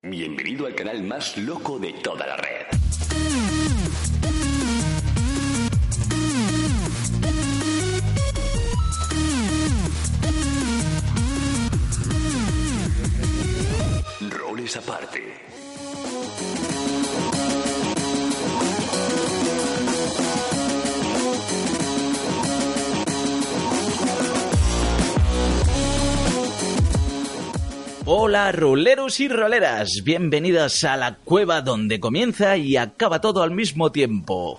Bienvenido al canal más loco de toda la red. Roles aparte. Hola roleros y roleras, bienvenidas a la cueva donde comienza y acaba todo al mismo tiempo.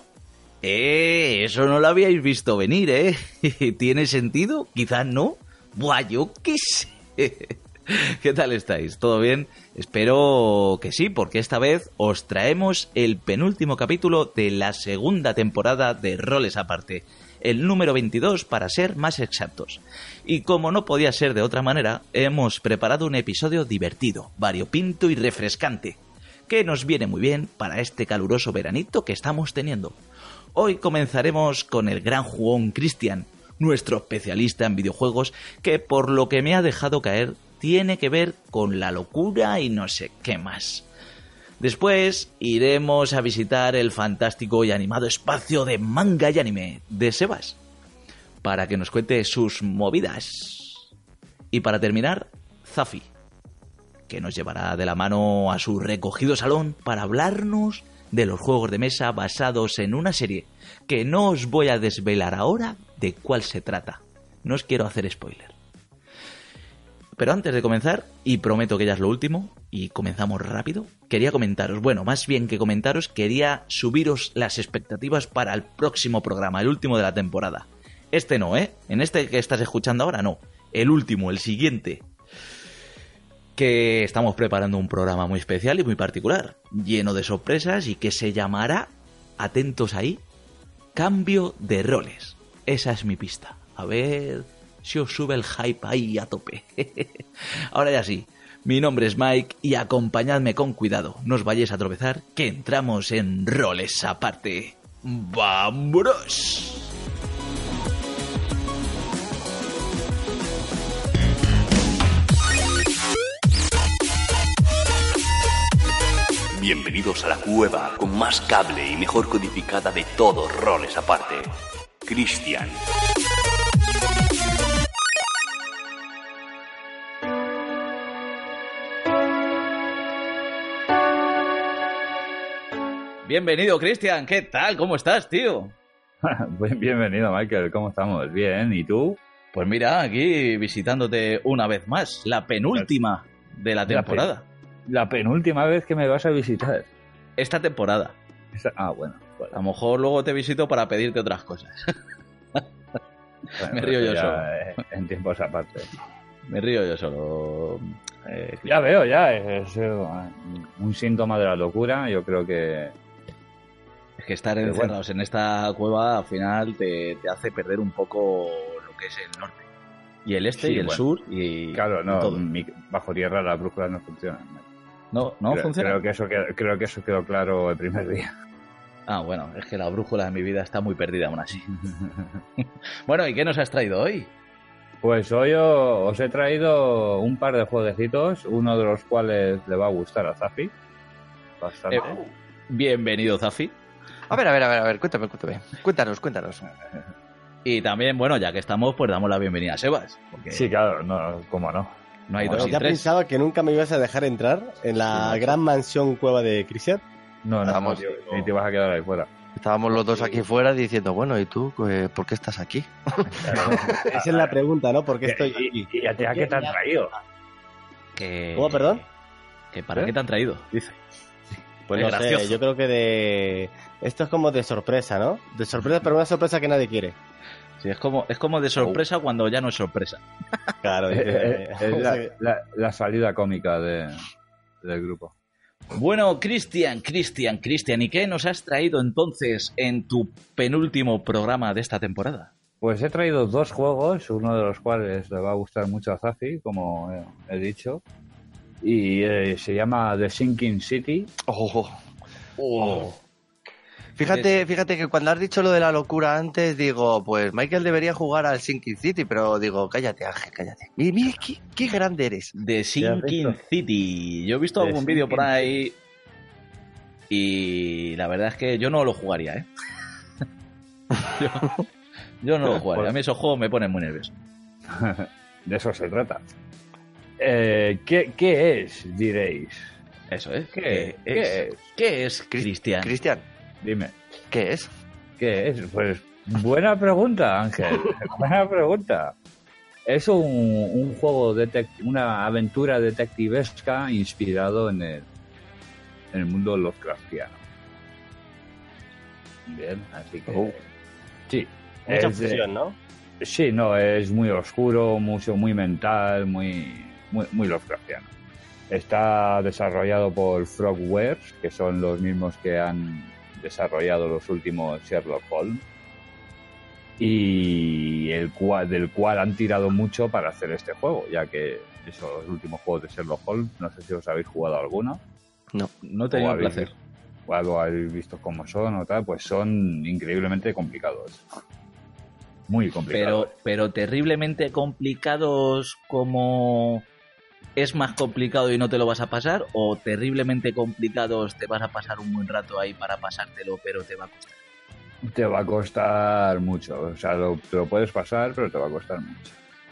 Eso no lo habíais visto venir, ¿eh? ¿Tiene sentido? Quizás no. Buah, yo qué sé. ¿Qué tal estáis? ¿Todo bien? Espero que sí, porque esta vez os traemos el penúltimo capítulo de la segunda temporada de Roles Aparte. El número 22 para ser más exactos. Y como no podía ser de otra manera, hemos preparado un episodio divertido, variopinto y refrescante, que nos viene muy bien para este caluroso veranito que estamos teniendo. Hoy comenzaremos con el gran jugón Cristian, nuestro especialista en videojuegos, que por lo que me ha dejado caer, tiene que ver con la locura y no sé qué más. Después iremos a visitar el fantástico y animado espacio de manga y anime de Sebas, para que nos cuente sus movidas. Y para terminar, Zafi, que nos llevará de la mano a su recogido salón para hablarnos de los juegos de mesa basados en una serie que no os voy a desvelar ahora de cuál se trata. No os quiero hacer spoiler. Pero antes de comenzar, y prometo que ya es lo último, y comenzamos rápido, quería comentaros, bueno, más bien que comentaros, quería subiros las expectativas para el próximo programa, el último de la temporada. Este no, ¿eh? En este que estás escuchando ahora, no. El último, el siguiente. Que estamos preparando un programa muy especial y muy particular, lleno de sorpresas y que se llamará, atentos ahí, Cambio de Roles. Esa es mi pista. A ver si os sube el hype ahí a tope. Ahora ya sí, mi nombre es Mike y acompañadme con cuidado, no os vayáis a tropezar, que entramos en Roles Aparte. ¡Vámonos! Bienvenidos a la cueva con más cable y mejor codificada de todos Roles Aparte. Cristian. Bienvenido, Cristian. ¿Qué tal? ¿Cómo estás, tío? Bienvenido, Michael. ¿Cómo estamos? Bien. ¿Y tú? Pues mira, aquí visitándote una vez más, la penúltima de la temporada. La penúltima vez que me vas a visitar. Esta temporada. Bueno. A lo mejor luego te visito para pedirte otras cosas. Bueno, me río yo solo. En tiempos aparte. Me río yo solo. Ya veo, es un síntoma de la locura. Yo creo que... Es que estar encerrados en esta cueva al final te hace perder un poco lo que es el norte. Y el este, sí, y el sur, y claro, no, todo. Bajo tierra las brújulas no funcionan. No funciona. Creo que eso quedó claro el primer día. Ah, bueno, es que la brújula de mi vida está muy perdida aún así. Bueno, ¿y qué nos has traído hoy? Pues hoy os he traído un par de jueguecitos, uno de los cuales le va a gustar a Zafi. Bastante. Bienvenido, Zafi. A ver, cuéntame. Cuéntanos. Y también, bueno, ya que estamos, pues damos la bienvenida a Sebas. Porque... Sí, claro, no, cómo no. No hay dos y ya tres. Pensaba que nunca me ibas a dejar entrar en la gran mansión cueva de Cristian. No, ni te vas a quedar ahí fuera. Estábamos los dos aquí fuera diciendo, bueno, ¿y tú por qué estás aquí? Esa es la pregunta, ¿no? ¿Por qué estoy aquí? ¿Y a ti a qué te han traído? ¿Cómo, perdón? ¿Que para qué te han traído? Dice. Pues no sé, yo creo que esto es como de sorpresa, ¿no? De sorpresa, pero una sorpresa que nadie quiere. Sí, es como de sorpresa cuando ya no es sorpresa. Claro. Es la salida cómica del grupo. Bueno, Cristian, ¿y qué nos has traído entonces en tu penúltimo programa de esta temporada? Pues he traído dos juegos, uno de los cuales le va a gustar mucho a Zafi, como he dicho, y se llama The Sinking City. Fíjate que cuando has dicho lo de la locura antes, digo, pues Michael debería jugar al Sinking City, pero digo, cállate, Ángel, cállate. Mira, qué grande eres. The Sinking City. Yo he visto algún vídeo por ahí y la verdad es que yo no lo jugaría, ¿eh? yo no lo jugaría. A mí esos juegos me ponen muy nervioso. De eso se trata. ¿Qué es, diréis? Eso es. ¿Qué es, Cristian? Cristian, Dime. ¿qué es? ¿Qué es? Pues buena pregunta, Ángel. Buena pregunta. Es un juego, una aventura detectivesca inspirado en el mundo Lovecraftiano. Bien, así que... Sí. Mucha fusión, ¿no? Sí, no, es muy oscuro, muy mental, muy Lovecraftiano. Está desarrollado por Frogwares, que son los mismos que han desarrollado los últimos Sherlock Holmes, y del cual han tirado mucho para hacer este juego, ya que esos últimos juegos de Sherlock Holmes, no sé si os habéis jugado alguno. No he tenido el placer. O algo habéis visto cómo son o tal, pues son increíblemente complicados. Muy complicados. Pero terriblemente complicados como es más complicado y no te lo vas a pasar, o terriblemente complicados te vas a pasar un buen rato ahí para pasártelo, pero te va a costar. Te va a costar mucho. O sea, te lo puedes pasar, pero te va a costar mucho.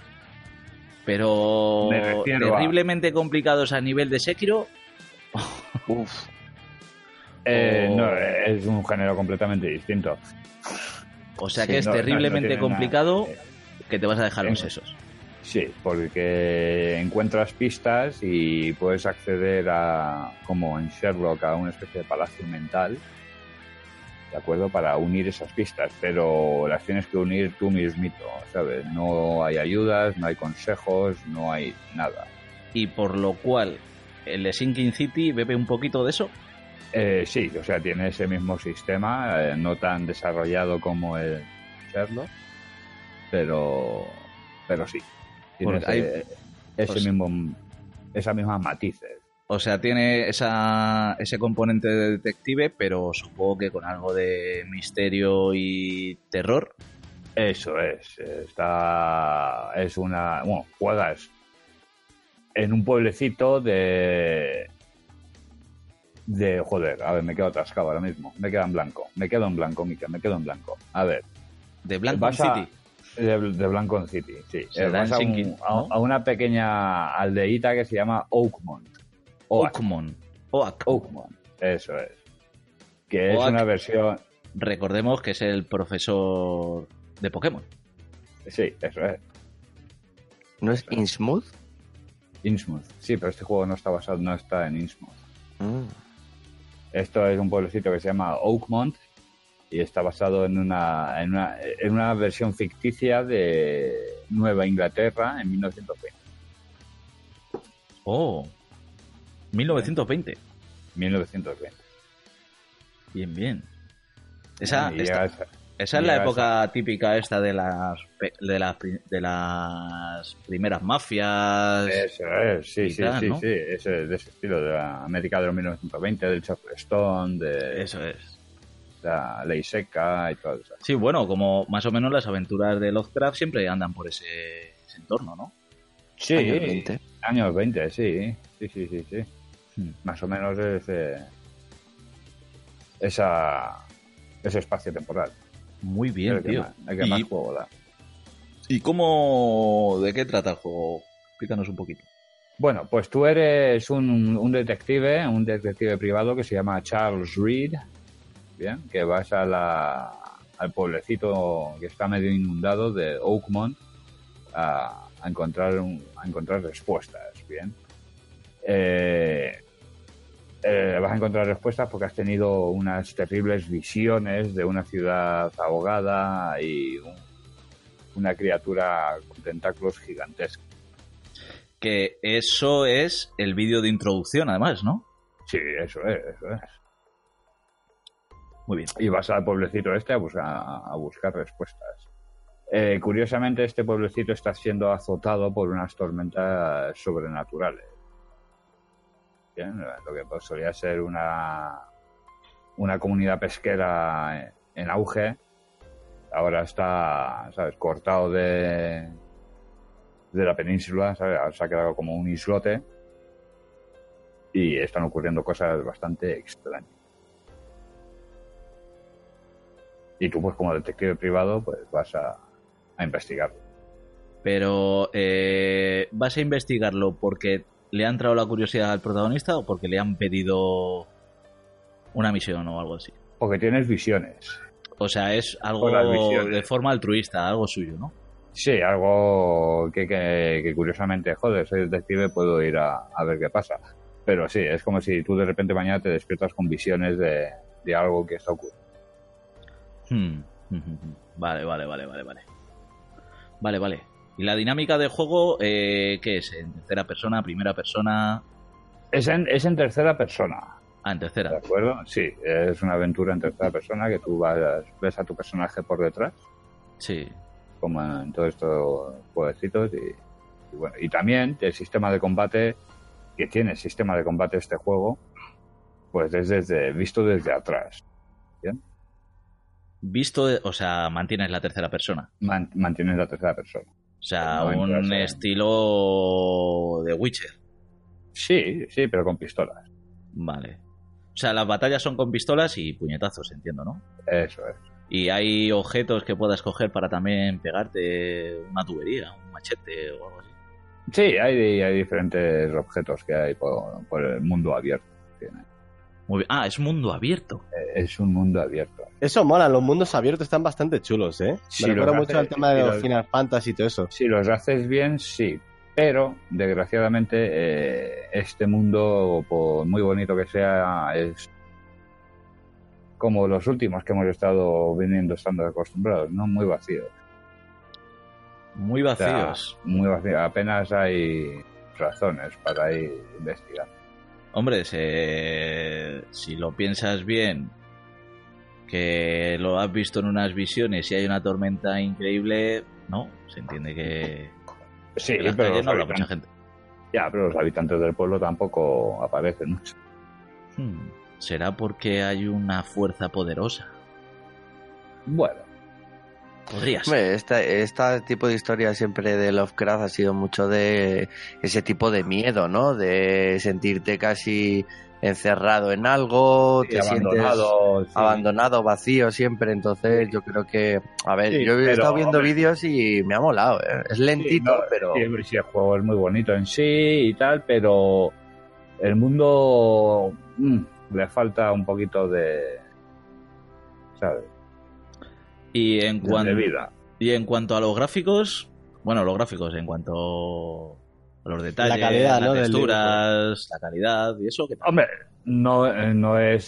Pero terriblemente complicados a nivel de Sekiro. Uf. No, es un género completamente distinto. O sea que es terriblemente complicado nada. Que te vas a dejar los sesos. Sí, porque encuentras pistas y puedes acceder como en Sherlock, a una especie de palacio mental, ¿de acuerdo? Para unir esas pistas, pero las tienes que unir tú mismito, ¿sabes? No hay ayudas, no hay consejos, no hay nada. Y por lo cual, el Sinking City bebe un poquito de eso. Sí, o sea, tiene ese mismo sistema, no tan desarrollado como el Sherlock, pero sí. Tiene esas mismas matices. O sea, tiene ese componente de detective, pero supongo que con algo de misterio y terror. Eso es. Juegas en un pueblecito joder, a ver, me quedo atascado ahora mismo. Me quedo en blanco, Mica, me quedo en blanco. A ver. ¿De Blancon City? De Blancon City, sí. Vas a una pequeña aldeíta que se llama Oakmont. Oakmont, eso es. Que es una versión... Recordemos que es el profesor de Pokémon. Sí, eso es. ¿No es Innsmouth? Innsmouth, sí, pero este juego no está en Innsmouth. Esto es un pueblecito que se llama Oakmont y está basado en una versión ficticia de Nueva Inglaterra en 1920. Oh, 1920. 1920. Bien. Esa es la época típica esta de las primeras mafias. Eso es, sí, ¿no? sí, de ese estilo, de la América de los 1920, del Charleston, eso es. La ley seca y todo eso. Sí, bueno, como más o menos las aventuras de Lovecraft siempre andan por ese entorno, ¿no? Sí, años 20. Sí. Más o menos ese espacio temporal. Muy bien, tío. El que más juego da. ¿Y cómo... ¿De qué trata el juego? Explícanos un poquito. Bueno, pues tú eres un detective privado que se llama Charles Reed, bien, que vas al pueblecito que está medio inundado de Oakmont a encontrar respuestas, bien. Vas a encontrar respuestas porque has tenido unas terribles visiones de una ciudad ahogada y una criatura con tentáculos gigantescos. Que eso es el vídeo de introducción, además, ¿no? Sí, eso es. Muy bien. Y vas al pueblecito a buscar respuestas. Curiosamente, este pueblecito está siendo azotado por unas tormentas sobrenaturales. Bien, lo que solía ser una una comunidad pesquera en auge. Ahora está, ¿sabes?, cortado de la península, ¿sabes? Ahora se ha quedado como un islote y están ocurriendo cosas bastante extrañas. Y tú, pues como detective privado, pues vas a investigarlo. Pero, ¿vas a investigarlo porque le ha entrado la curiosidad al protagonista o porque le han pedido una misión o algo así? Porque tienes visiones. O sea, es algo de forma altruista, algo suyo, ¿no? Sí, algo que curiosamente, joder, soy detective, puedo ir a ver qué pasa. Pero sí, es como si tú de repente mañana te despiertas con visiones de algo que está ocurriendo. Vale. Vale. ¿Y la dinámica de juego qué es? ¿En tercera persona, primera persona? Es en tercera persona. Ah, en tercera. ¿De acuerdo? Sí, es una aventura en tercera persona que tú ves a tu personaje por detrás. Sí. Como en todos estos jueguecitos. Y bueno, y también el sistema de combate, que tiene sistema de combate este juego, pues es visto desde atrás. ¿Bien? O sea, mantienes la tercera persona. Mantienes la tercera persona. O sea, un estilo de Witcher. Sí, pero con pistolas. Vale. O sea, las batallas son con pistolas y puñetazos, entiendo, ¿no? Eso es. Y hay objetos que puedas coger para también pegarte una tubería, un machete o algo así. Sí, hay diferentes objetos que hay por el mundo abierto. Muy bien. Ah, es mundo abierto. Es un mundo abierto. Eso mola, los mundos abiertos están bastante chulos, ¿eh? Sí, me recuerda mucho al tema de los Final Fantasy y todo eso. Si los haces bien, sí. Pero, desgraciadamente, este mundo, por muy bonito que sea, es como los últimos que hemos estado estando acostumbrados, ¿no? Muy vacíos. Muy vacíos. O sea, muy vacíos. Apenas hay razones para ir investigando. Hombre, si lo piensas bien, que lo has visto en unas visiones y hay una tormenta increíble, ¿no? Se entiende que... Sí, en las pero calles no habla mucha gente. Ya, pero los habitantes del pueblo tampoco aparecen mucho. ¿Será porque hay una fuerza poderosa? Bueno. Podría ser. Este tipo de historia siempre de Lovecraft ha sido mucho de ese tipo de miedo, ¿no? De sentirte casi encerrado en algo, Sí, te abandonado, sientes abandonado, vacío siempre. Entonces yo creo que, a ver, Sí, yo he estado viendo hombre, vídeos y me ha molado, ¿eh? Es lentito, sí, no, pero... Sí, el juego es muy bonito en sí y tal, pero el mundo le falta un poquito de... ¿sabes? Y en cuanto a los gráficos, en cuanto a los detalles, la calidad, las ¿no? texturas, la calidad y eso, ¿qué tal? Hombre, no es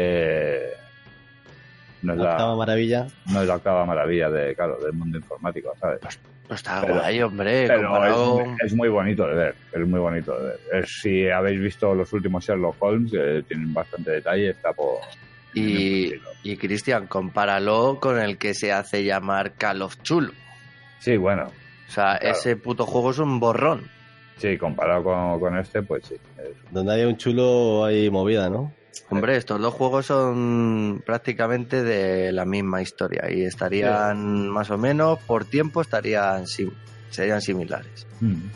La octava maravilla. No es la octava maravilla del mundo informático, ¿sabes? Pues está guay, hombre. Pero comparado... es muy bonito de ver, si habéis visto los últimos Sherlock Holmes, tienen bastante detalle, está por... Y Cristian, compáralo con el que se hace llamar Call of Chulo. Sí, bueno. O sea, claro. Ese puto juego es un borrón. Sí, comparado con este, pues sí. Donde hay un chulo hay movida, ¿no? Hombre, estos dos juegos son prácticamente de la misma historia y estarían más o menos, por tiempo, serían similares.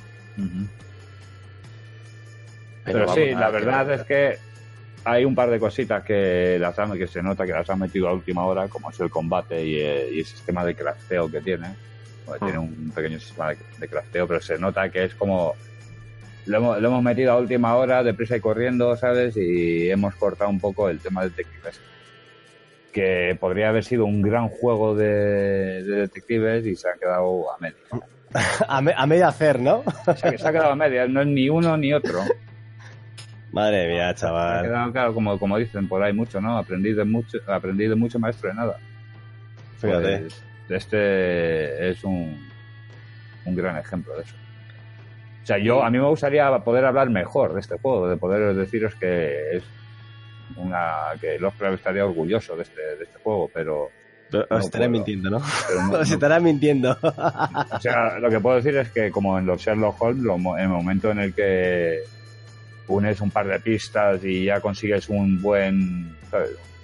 Pero vamos, sí, la verdad es que hay un par de cositas que se nota que las han metido a última hora, como es el combate y el sistema de crafteo que tiene. Tiene un pequeño sistema de crafteo, pero se nota que es como... Lo hemos metido a última hora, deprisa y corriendo, ¿sabes? Y hemos cortado un poco el tema de detectives. Que podría haber sido un gran juego de detectives y se ha quedado a media. a media hacer, ¿no? Se ha quedado a media, no es ni uno ni otro. Madre mía, chaval. Se ha quedado, claro, como dicen por ahí mucho, ¿no? Aprendí de mucho, maestro de nada. Fíjate. Pues este es un gran ejemplo de eso. O sea, a mí me gustaría poder hablar mejor de este juego, de poder deciros que es que Lovecraft estaría orgulloso de este juego, el Pero os estará mintiendo, ¿no? No, os estará mintiendo. O sea, lo que puedo decir es que como en los Sherlock Holmes, en el momento en el que unes un par de pistas y ya consigues un buen, ¿sabes?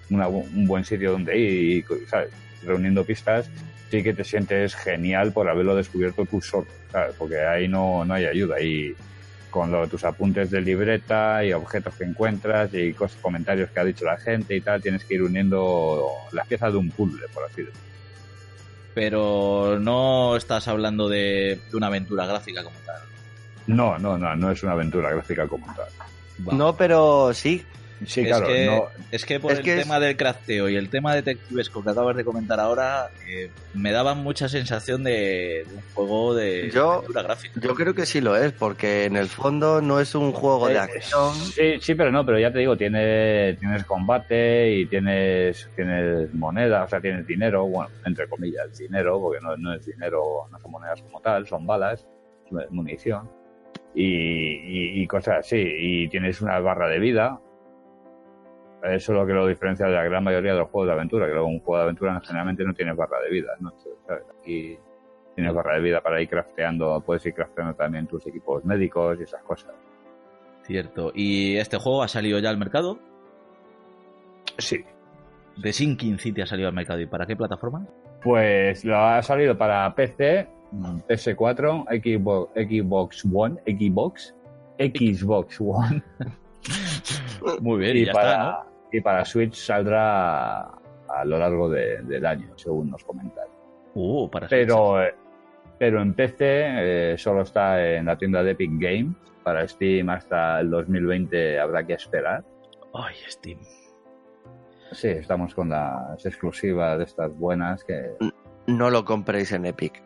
un buen sitio donde ir y, ¿sabes? Reuniendo pistas, sí que te sientes genial por haberlo descubierto tú solo, ¿sabes? Porque ahí no hay ayuda. Y con tus apuntes de libreta y objetos que encuentras y comentarios que ha dicho la gente y tal, tienes que ir uniendo las piezas de un puzzle, por así decirlo. Pero no estás hablando de una aventura gráfica como tal. No es una aventura gráfica como tal. Vale. No, pero sí. Sí, claro. Es que por el tema del crafteo y el tema detectivesco que acabas de comentar ahora, me daban mucha sensación de un juego de aventura gráfica. Yo creo que sí lo es, porque en el fondo no es un juego de acción. Sí, pero ya te digo, tienes combate y tienes moneda, o sea, tienes dinero, bueno, entre comillas, dinero, porque no es dinero, no son monedas como tal, son balas, munición y cosas así. Y tienes una barra de vida. Eso es lo que lo diferencia de la gran mayoría de los juegos de aventura, que luego un juego de aventura generalmente no tiene barra de vida, ¿no? ¿Sabes? Aquí tienes barra de vida para ir crafteando, puedes ir crafteando también tus equipos médicos y esas cosas. Cierto. ¿Y este juego ha salido ya al mercado? Sí. The Sinking City ha salido al mercado. ¿Y para qué plataforma? Pues lo ha salido para PC, PS4, Xbox One, Xbox One. Muy bien, y ya está, ¿no? Y para Switch saldrá a lo largo del año, según nos comentan. Para Switch. Pero en PC solo está en la tienda de Epic Games. Para Steam hasta el 2020 habrá que esperar. Ay, Steam. Sí, estamos con las exclusivas de estas buenas que... No lo compréis en Epic.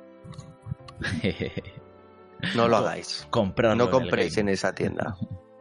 No lo hagáis. Comprarlo no compréis en esa tienda.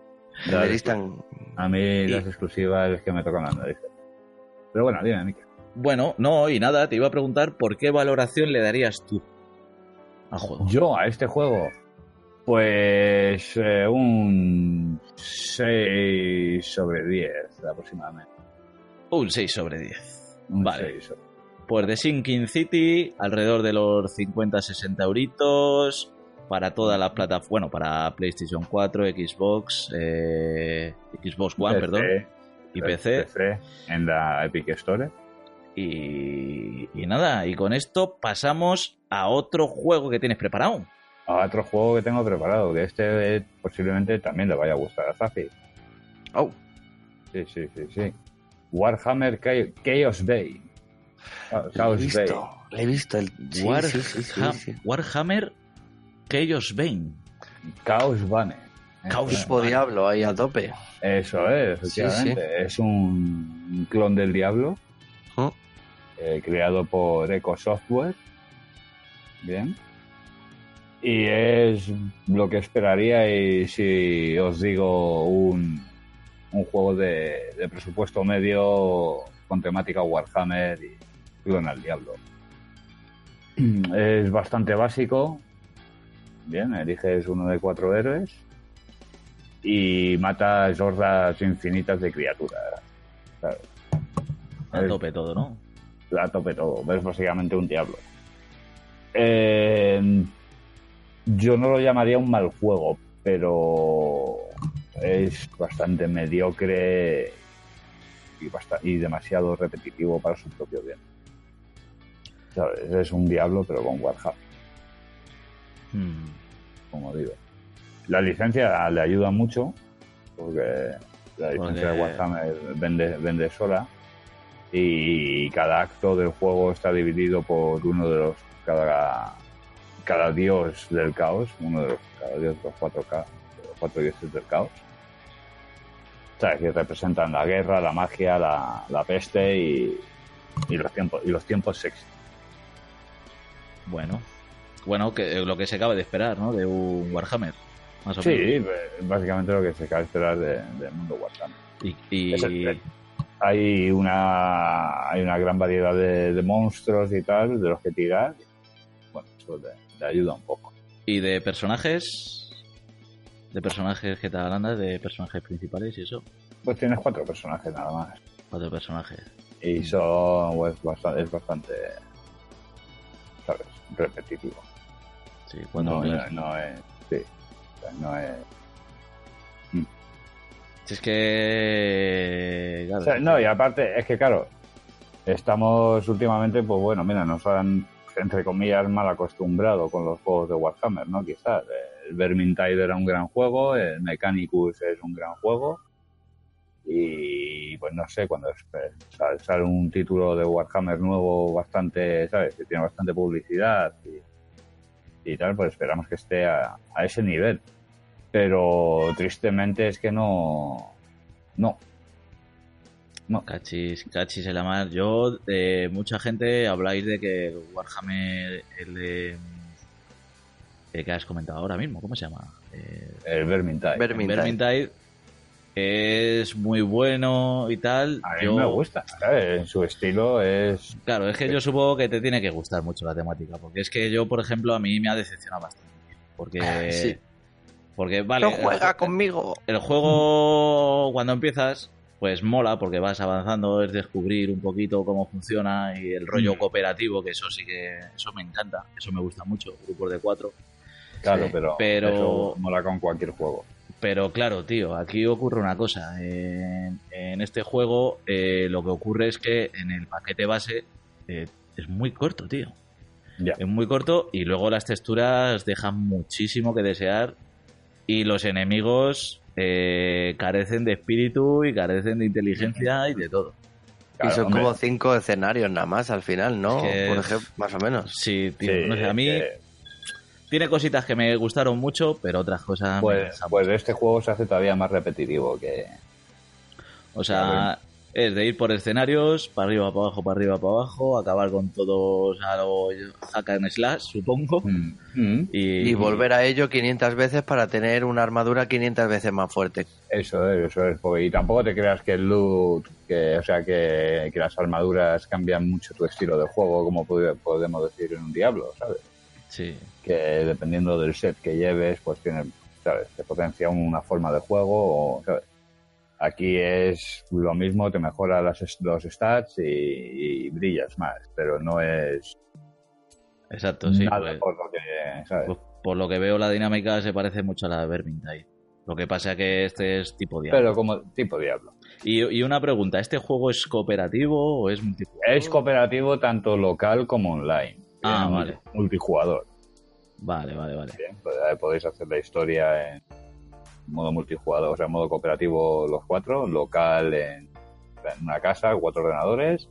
A mí las exclusivas es que me tocan las narices. Pero bueno, dime, Mika. Bueno, no, y nada, te iba a preguntar por qué valoración le darías tú al juego. Yo a este juego, pues un 6 sobre 10 aproximadamente. Un 6 sobre 10. Vale. 6 sobre... Pues The Sinking City, alrededor de los 50-60 euritos. Para todas las plataformas, bueno, para PlayStation 4, Xbox One, PC, perdón, y PC. En la Epic Store. Y nada, y con esto pasamos a otro juego que tienes preparado. A otro juego que tengo preparado, que este posiblemente también le vaya a gustar a Zafi. Oh. Sí. Warhammer Chaos Bay. He visto el... Warhammer Chaos Bane. Chaos Bane. Tipo Diablo ahí a tope. Eso es, efectivamente. Sí. Es un clon del Diablo. Creado por Eco Software. Bien. Y es lo que esperaríais si os digo un juego de presupuesto medio con temática Warhammer y clon al Diablo. Es bastante básico. Bien, eliges uno de 4 héroes y matas hordas infinitas de criaturas. ¿Sabes? A tope todo, ¿no? A tope todo. Es básicamente un Diablo. Yo no lo llamaría un mal juego, pero es bastante mediocre y demasiado repetitivo para su propio bien. ¿Sabes? Es un Diablo, pero con Warhammer. Como digo, la licencia le ayuda mucho porque la licencia de Warhammer vende sola y cada acto del juego está dividido por uno de los cada dios del caos, cada dios de los 4 dioses del caos. O sea, que representan la guerra, la magia, la peste y los tiempos sexy. Bueno, que lo que se acaba de esperar, ¿no? De un Warhammer, más o menos. Sí, básicamente lo que se acaba de esperar del mundo Warhammer. Hay una gran variedad de monstruos y tal, de los que tirar. Bueno, eso le ayuda un poco. ¿Y de personajes? ¿De personajes que te hablan? ¿De personajes principales y eso? Pues tienes 4 personajes nada más. 4 personajes. Y son, pues, es bastante, ¿sabes? Repetitivo. Sí, no es. Sí, no es. Si es que... Claro, O sea, no, y aparte, es que claro, estamos últimamente, pues bueno, mira, nos han, entre comillas, mal acostumbrado con los juegos de Warhammer, ¿no? Quizás. El Vermintide era un gran juego, el Mechanicus es un gran juego, y pues no sé, cuando sale un título de Warhammer nuevo bastante, ¿sabes? Que tiene bastante publicidad y tal, pues esperamos que esté a ese nivel. Pero tristemente es que no. Cachis en la mar. Yo, mucha gente habláis de que el Warhammer, el que has comentado ahora mismo, ¿cómo se llama? El Vermintide. Vermintide es muy bueno y tal. A mí me gusta, ¿sabes? En su estilo es... Claro, es que yo supongo que te tiene que gustar mucho la temática, porque es que yo, por ejemplo, a mí me ha decepcionado bastante. Porque... Sí. Porque, vale... ¡No juega conmigo! El juego, cuando empiezas, pues mola, porque vas avanzando, es descubrir un poquito cómo funciona y el rollo cooperativo, que eso sí que... Eso me encanta, eso me gusta mucho, grupos de 4. Claro, Sí, pero eso mola con cualquier juego. Pero claro, tío, aquí ocurre una cosa. En este juego lo que ocurre es que en el paquete base es muy corto, tío. Ya. Es muy corto y luego las texturas dejan muchísimo que desear y los enemigos carecen de espíritu y carecen de inteligencia y de todo. Claro, y son hombre. como 5 escenarios nada más al final, ¿no? Es que- Por ejemplo, más o menos. Sí, tío, Sí, no sé, a mí tiene cositas que me gustaron mucho, pero otras cosas me pues cansan de este juego se hace todavía más repetitivo que... O sea, es de ir por escenarios, para arriba, para abajo, para arriba, para abajo, acabar con todos a lo hack and slash, supongo. Y volver a ello 500 veces para tener una armadura 500 veces más fuerte. Eso es. Y tampoco te creas que el loot, que las armaduras cambian mucho tu estilo de juego, como podemos decir en un Diablo, ¿sabes? Sí. Que dependiendo del set que lleves, pues tiene, ¿sabes? Te potencia una forma de juego, o, ¿sabes? Aquí es lo mismo, te mejora los stats y brillas más, pero no es Exacto, sí. nada Pues, por lo que, ¿sabes? pues por lo que veo, la dinámica se parece mucho a la de Vermintide. Lo que pasa es que este es tipo Diablo. Pero como tipo Diablo. Y una pregunta, ¿este juego es cooperativo o es multijugador? Es cooperativo tanto local como online. Ah, Tiene vale. Multijugador. Vale. Bien, pues ahí podéis hacer la historia en modo multijugador, o sea, modo cooperativo los 4, local en una casa, 4 ordenadores,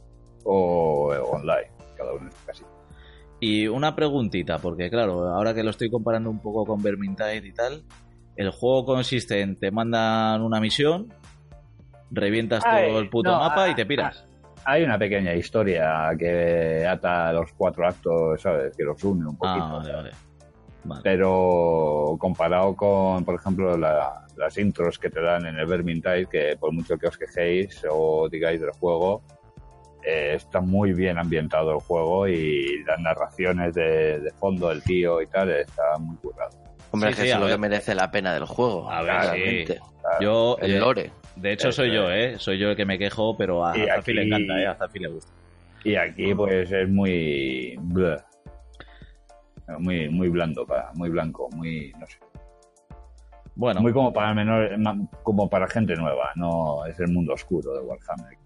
o online, cada uno en su casita. Y una preguntita, porque claro, ahora que lo estoy comparando un poco con Vermintide y tal, el juego consiste en te mandan una misión, revientas todo el puto mapa y te piras. Hay una pequeña historia que ata los 4 actos, ¿sabes? Que los une un poquito. Vale. Pero comparado con, por ejemplo, las intros que te dan en el Vermintide, que por mucho que os quejéis o digáis del juego, está muy bien ambientado el juego y las narraciones de fondo del tío y tal, está muy currado. Hombre, Sí, que sí, eso a es lo ver. que merece la pena del juego. A ver, realmente. sí. Yo, El lore. de hecho, soy yo, soy yo el que me quejo, pero a Y Zafi le aquí- encanta, a Zafi le gusta. Y aquí pues es muy bleh. Muy blando, muy blanco, muy no sé, Bueno, muy como para como para gente nueva, no es el mundo oscuro de Warhammer.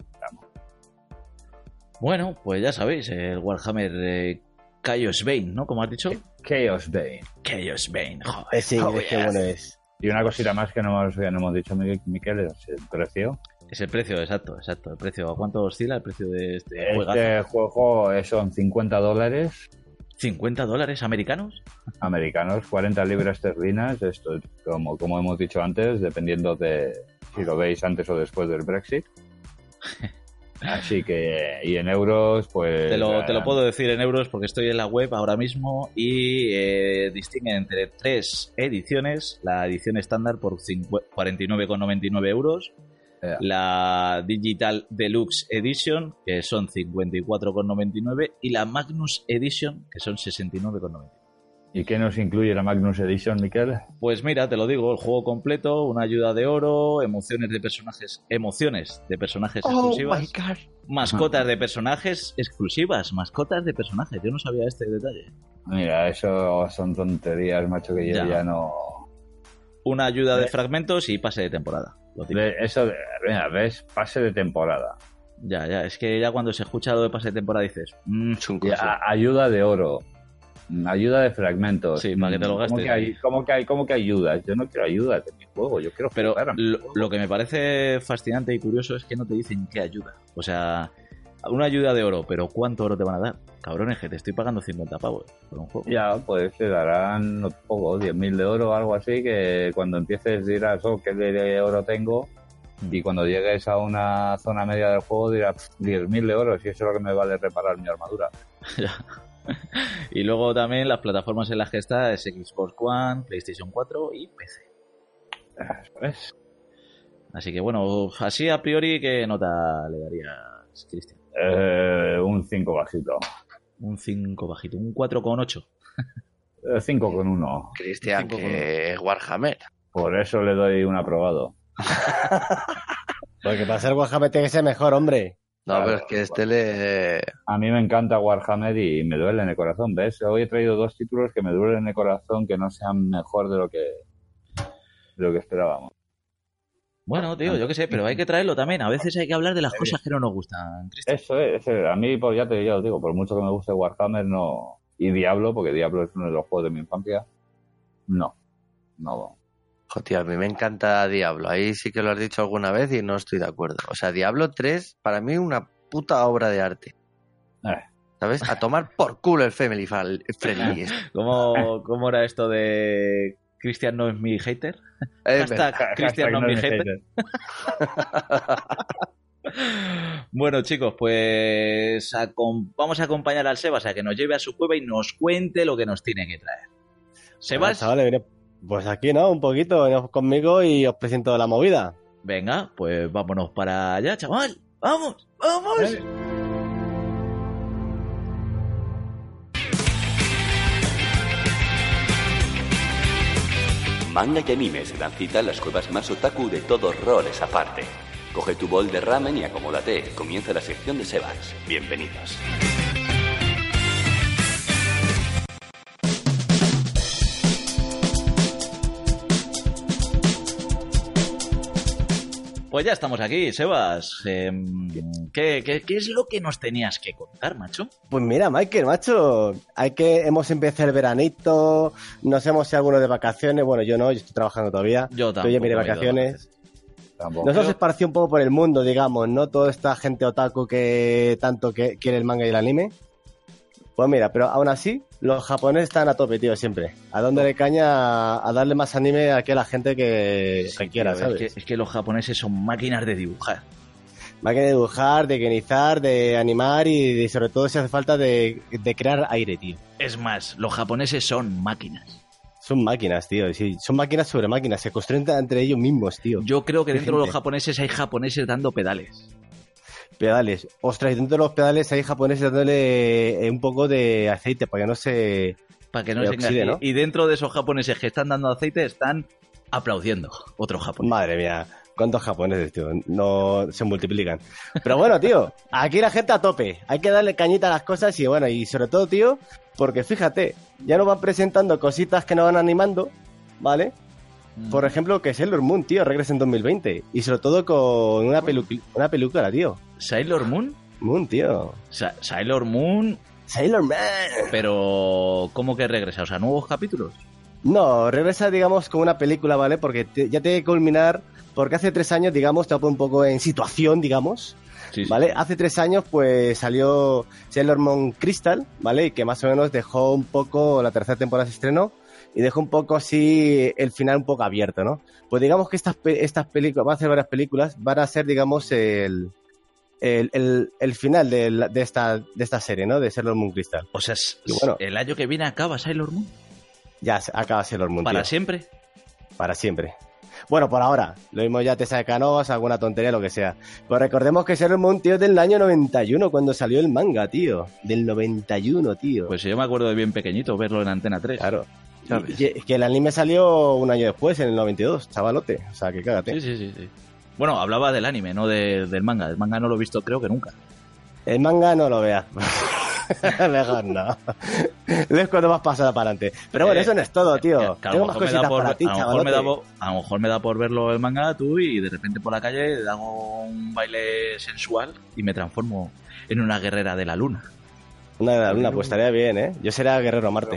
bueno, pues ya sabéis, el Warhammer Chaos Bane, ¿no? Como has dicho. Chaos Bane. Chaos Bane, joder. Ese inglés, qué bueno es. Y una cosita más que no hemos dicho, Miquel, es el precio. Es el precio, exacto. El precio. ¿A cuánto oscila el precio de este juego? Este juego son $50 ¿$50 americanos? americanos, 40 libras esterlinas. Esto, como hemos dicho antes, dependiendo de si lo veis antes o después del Brexit. Así que, y en euros, pues... Te lo puedo decir en euros porque estoy en la web ahora mismo y distinguen entre 3 ediciones. La edición estándar por 49,99 euros. La Digital Deluxe Edition, que son 54,99, y la Magnus Edition, que son 69,99. ¿Y qué nos incluye la Magnus Edition, Miquel? Pues mira, te lo digo, el juego completo, una ayuda de oro, emociones de personajes exclusivas, mascotas de personajes exclusivas, mascotas de personajes. Yo no sabía este detalle. Mira, eso son tonterías, macho, que yo ya no... Una ayuda de fragmentos y pase de temporada. Lo típico. Eso, venga, ves, pase de temporada. Ya, es que ya cuando se escucha lo de pase de temporada dices... Chungo, sí. Ayuda de oro. Ayuda de fragmentos. Sí, para que te lo gastes. ¿Cómo que ayudas? Yo no quiero ayudas de mi juego, yo quiero Pero jugar a mi juego. lo que me parece fascinante y curioso es que no te dicen qué ayuda. O sea, una ayuda de oro, pero ¿cuánto oro te van a dar? Cabrones, que te estoy pagando 50 pavos por un juego. Ya, pues te darán, no poco, 10.000 de oro o algo así, que cuando empieces dirás, ¿qué de oro tengo? Y cuando llegues a una zona media del juego dirás, 10.000 de oro, si eso es lo que me vale reparar mi armadura. Y luego también las plataformas en las que está es Xbox One, PlayStation 4 y PC. ¿Ves? Así que bueno, así a priori, ¿qué nota le darías, Cristian? Un 5 bajito. Un 5 bajito, un 4,8. 5,1. Cristian, que es Warhammer. Por eso le doy un aprobado. Porque para ser Warhammer tiene que ser mejor, hombre. No, Claro, pero es que le... A mí me encanta Warhammer y me duele en el corazón, ¿ves? Hoy he traído 2 títulos que me duelen en el corazón, que no sean mejor de lo que esperábamos. Bueno, tío, yo qué sé, pero hay que traerlo también. A veces hay que hablar de las cosas que no nos gustan, Cristian. Eso es. A mí, pues ya os digo, por mucho que me guste Warhammer, no... Y Diablo, porque Diablo es uno de los juegos de mi infancia. No. Joder, a mí me encanta Diablo. Ahí sí que lo has dicho alguna vez y no estoy de acuerdo. O sea, Diablo 3, para mí, una puta obra de arte. ¿Sabes? A tomar por culo el family friendly. ¿Cómo era esto de Cristian no es mi hater? Hashtag Cristian no es mi hater. Bueno, chicos, pues vamos a acompañar al Sebas a que nos lleve a su cueva y nos cuente lo que nos tiene que traer. Sebas. Chavales, pues aquí, ¿no? Un poquito, venid conmigo y os presento la movida. Venga, pues vámonos para allá, chaval. ¡Vamos! Manga y anime se dan cita en las cuevas más otaku de todos roles aparte. Coge tu bol de ramen y acomódate. Comienza la sección de Sebas. Bienvenidos. Pues ya estamos aquí, Sebas. ¿Qué es lo que nos tenías que contar, macho? Pues mira, Michael, macho, hemos empezado el veranito, nos hemos ido algunos de vacaciones. Bueno, yo no, yo estoy trabajando todavía. Yo tampoco. Yo miré vacaciones. Nos hemos esparcido un poco por el mundo, digamos, ¿no? Toda esta gente otaku que tanto que quiere el manga y el anime. Pues mira, pero aún así, los japoneses están a tope, tío, siempre. A dándole caña a darle más anime a la gente que quiera, tío, ¿sabes? Es que los japoneses son máquinas de dibujar. Máquinas de dibujar, de guionizar, de animar y sobre todo si hace falta de crear aire, tío. Es más, los japoneses son máquinas. Son máquinas, tío. Sí, son máquinas sobre máquinas. Se construyen entre ellos mismos, tío. Yo creo que dentro de los japoneses hay japoneses dando pedales. Pedales. Ostras, y dentro de los pedales hay japoneses dándole un poco de aceite para que no se oxide, ¿no? Y dentro de esos japoneses que están dando aceite están aplaudiendo otros japoneses. Madre mía, cuántos japoneses, tío. No se multiplican. Pero bueno, tío, aquí la gente a tope. Hay que darle cañita a las cosas y bueno, y sobre todo, tío, porque fíjate, ya nos van presentando cositas que nos van animando, ¿vale? Por ejemplo, que Sailor Moon, tío, regresa en 2020. Y sobre todo con una película, tío. ¿Sailor Moon? Moon, tío. Sailor Moon. Sailor Man. Pero, ¿cómo que regresa? O sea, ¿nuevos capítulos? No, regresa, digamos, con una película, ¿vale? Porque ya tiene que culminar. Porque hace 3 años, digamos, te un poco en situación, digamos. Sí, ¿vale? Sí. Hace 3 años, pues, salió Sailor Moon Crystal, ¿vale? Y que más o menos dejó un poco, la tercera temporada se estrenó. Y dejó un poco así el final un poco abierto, ¿no? Pues digamos que estas películas, van a hacer varias películas, van a ser, digamos, el final de esta serie, ¿no? De Sailor Moon Crystal. O sea, bueno, ¿el año que viene acaba Sailor Moon? Ya acaba Sailor Moon. ¿Para tío. siempre? Para siempre. Bueno, por ahora. Lo mismo ya te saca Canovas, alguna tontería, lo que sea. Pues recordemos que Sailor Moon, tío, es del año 91, cuando salió el manga, tío. Del 91, tío. Pues yo me acuerdo de bien pequeñito verlo en Antena 3. Claro. Que el anime salió un año después, en el 92, chavalote. O sea, que cágate. Sí. Bueno, hablaba del anime, no del manga. El manga no lo he visto creo que nunca. El manga no lo veas. Mejor no. Es cuando vas pasada para adelante. Pero bueno, eso no es todo, tío. Tengo más cositas para ti, chaval. A lo mejor me da por verlo el manga tú y de repente por la calle hago un baile sensual y me transformo en una guerrera de la luna. Una de la luna, pues estaría bien, ¿eh? Yo sería guerrero Marte.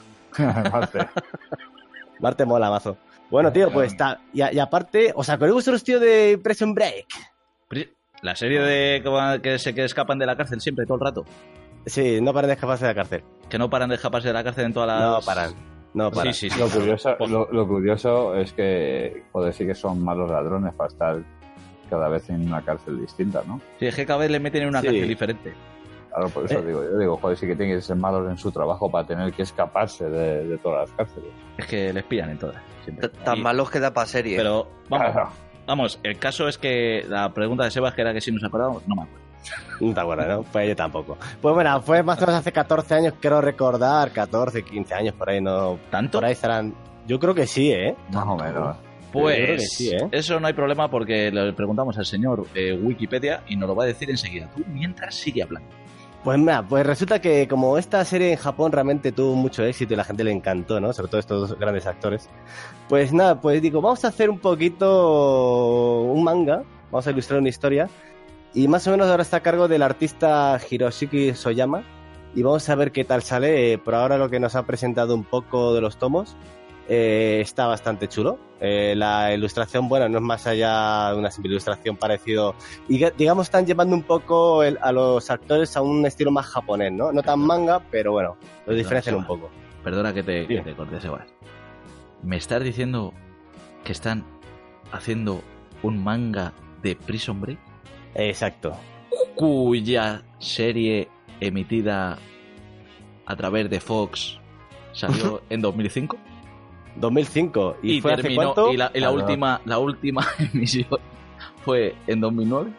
Marte mola, mazo. Bueno, tío, pues está. Y aparte, ¿os acordáis vosotros, tío, de Prison Break? La serie de que escapan de la cárcel siempre, todo el rato. Sí, no paran de escaparse de la cárcel. Que no paran de escaparse de la cárcel en todas las... No paran. Sí. Lo curioso es que, joder, sí que son malos ladrones para estar cada vez en una cárcel distinta, ¿no? Sí, es que cada vez le meten en una cárcel diferente. Claro, por eso digo, joder, sí que tienen que ser malos en su trabajo para tener que escaparse de todas las cárceles. Es que les pillan en todas. Siempre. Tan malos que da para serie. Pero, vamos, el caso es que la pregunta de Sebas, que era que si nos acordamos, no me acuerdo. No te acuerdas, ¿no? Pues yo tampoco. Pues bueno, fue más o menos hace 14 años, quiero recordar, 14, 15 años por ahí, ¿no? ¿Tanto? Por ahí estarán... Yo creo que sí, ¿eh? Más o menos. Pues sí, ¿eh? Eso no hay problema porque le preguntamos al señor Wikipedia y nos lo va a decir enseguida. Tú mientras sigue hablando. Pues mira, pues resulta que como esta serie en Japón realmente tuvo mucho éxito y la gente le encantó, ¿no? Sobre todo estos dos grandes actores. Pues nada, pues digo, vamos a hacer un poquito un manga, vamos a ilustrar una historia y más o menos ahora está a cargo del artista Hiroshiki Soyama y vamos a ver qué tal sale. Por ahora lo que nos ha presentado un poco de los tomos está bastante chulo. La ilustración, bueno, no es más allá de una simple ilustración parecido. Y digamos, están llevando un poco a los actores a un estilo más japonés, ¿no? No tan manga, pero bueno, los diferencian un poco. Perdona que te corte, Sebas. ¿Me estás diciendo que están haciendo un manga de Prison Break? Exacto. Cuya serie emitida a través de Fox salió en 2005. 2005 y fue terminó, hace cuánto. Y la última emisión fue en 2009.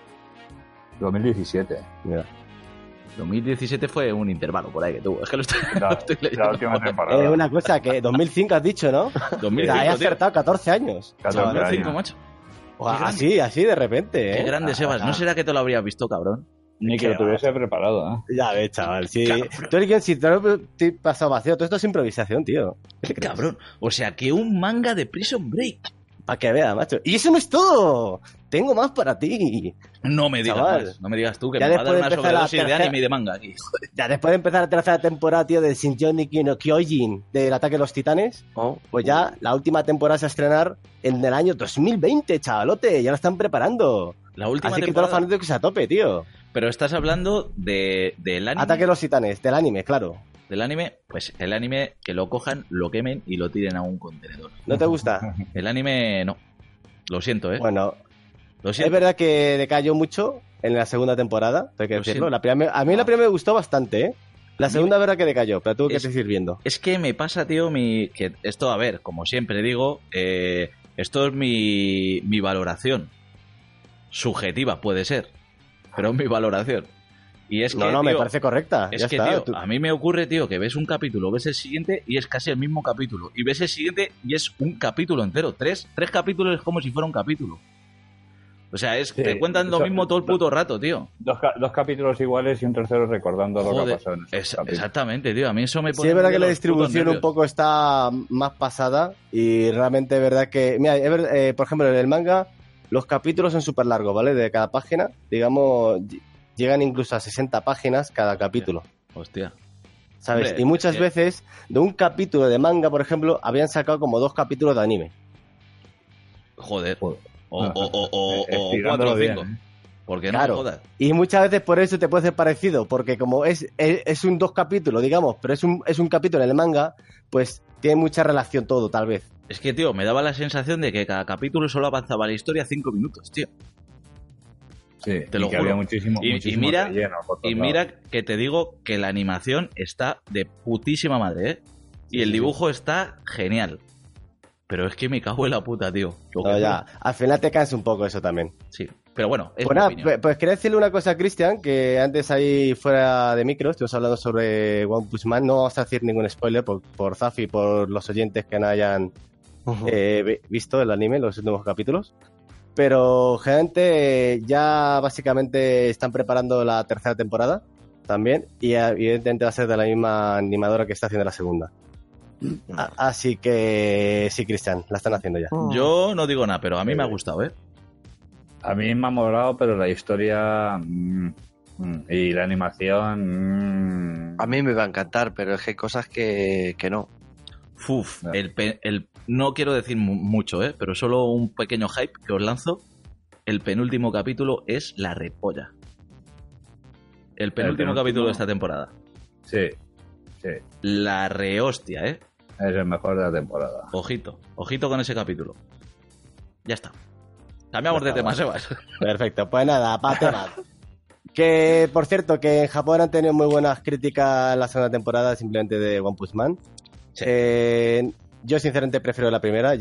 2017. Mira. 2017 fue un intervalo por ahí que tuvo. Es que lo estoy leyendo. La última temporada. Una cosa que 2005 has dicho, ¿no? 2005, he acertado 14 años. 2005, macho. Así de repente, ¿eh? Qué grande, Sebas. ¿No será que te lo habrías visto, cabrón? Ni que lo tuviese preparado, ¿eh? Ya ves, chaval, sí. Tú eres quien, si te lo he pasado vacío, todo esto es improvisación, tío. ¿Qué cabrón? O sea, que un manga de Prison Break. Para que veas, macho. Y eso no es todo. Tengo más para ti. No me digas más. No me digas tú que me va a dar una sobredosis de anime y de manga aquí. Joder. Ya después de empezar la tercera temporada, tío, de Shinjoni no Kyojin, del Ataque de los Titanes, pues ya la última temporada se va a estrenar en el año 2020, chavalote. Ya la están preparando. La última Así temporada. que todos los fanáticos que se a tope, tío. Pero estás hablando del anime. Ataque de los Titanes, del anime, claro. Del anime, pues el anime que lo cojan, lo quemen y lo tiren a un contenedor. ¿No te gusta? El anime no. Lo siento, ¿eh? Bueno, lo siento. Es verdad que decayó mucho en la segunda temporada, hay que decirlo. A mí la primera me gustó bastante, ¿eh? La segunda es verdad que decayó, pero tuve que seguir viendo. Es que me pasa, tío, que esto, a ver, como siempre digo, esto es mi valoración. Subjetiva puede ser, pero es mi valoración. Y es que, no, tío, me parece correcta. Es ya que, está, tío, a mí me ocurre, tío, que ves un capítulo, ves el siguiente y es casi el mismo capítulo. Y ves el siguiente y es un capítulo entero. Tres capítulos es como si fuera un capítulo. O sea, te cuentan lo mismo todo el puto rato, tío. Dos capítulos iguales y un tercero recordando lo que ha pasado en esos capítulos. Exactamente, tío. A mí eso me pone... Sí, es verdad que la distribución un poco está más pasada y realmente es verdad que... Mira, por ejemplo, en el manga los capítulos son súper largos, ¿vale? De cada página, digamos, llegan incluso a 60 páginas cada capítulo. Hostia. ¿Sabes? Hombre, y muchas veces de un capítulo de manga, por ejemplo, habían sacado como 2 capítulos de anime. Joder. O 4 o 5. Porque no claro. me jodas. Y muchas veces por eso te puede ser parecido, porque como es un 2 capítulos, digamos, pero es un capítulo en el manga, pues tiene mucha relación todo, tal vez. Es que, tío, me daba la sensación de que cada capítulo solo avanzaba la historia 5 minutos, tío. Sí, te lo juro. Había muchísimo mira que te digo que la animación está de putísima madre, ¿eh? Y el dibujo está genial. Pero es que me cago en la puta, tío. Al final te cansa un poco eso también. Sí, pero bueno, es pues quería decirle una cosa a Cristian, que antes ahí fuera de micro estuvimos hablando sobre One Punch Man. No vamos a decir ningún spoiler por Zafi y por los oyentes que no hayan visto el anime, los últimos capítulos. Pero, gente, ya básicamente están preparando la tercera temporada. también, y evidentemente va a ser de la misma animadora que está haciendo la segunda. Así que sí, Cristian, la están haciendo ya. Yo no digo nada, pero a mí me ha gustado, ¿eh? A mí me ha molado, pero la historia y la animación... A mí me va a encantar, pero es que hay cosas que no. Uf, no quiero decir mucho, pero solo un pequeño hype que os lanzo. El penúltimo capítulo es la repolla. El penúltimo capítulo de esta temporada. Sí. La rehostia, ¿eh? Es el mejor de la temporada. Ojito con ese capítulo. Ya está. Cambiamos de tema, Sebas. Perfecto, pues nada, para temas. Que, por cierto, que en Japón han tenido muy buenas críticas la segunda temporada simplemente de One Punch Man. Sí. Yo sinceramente prefiero la primera,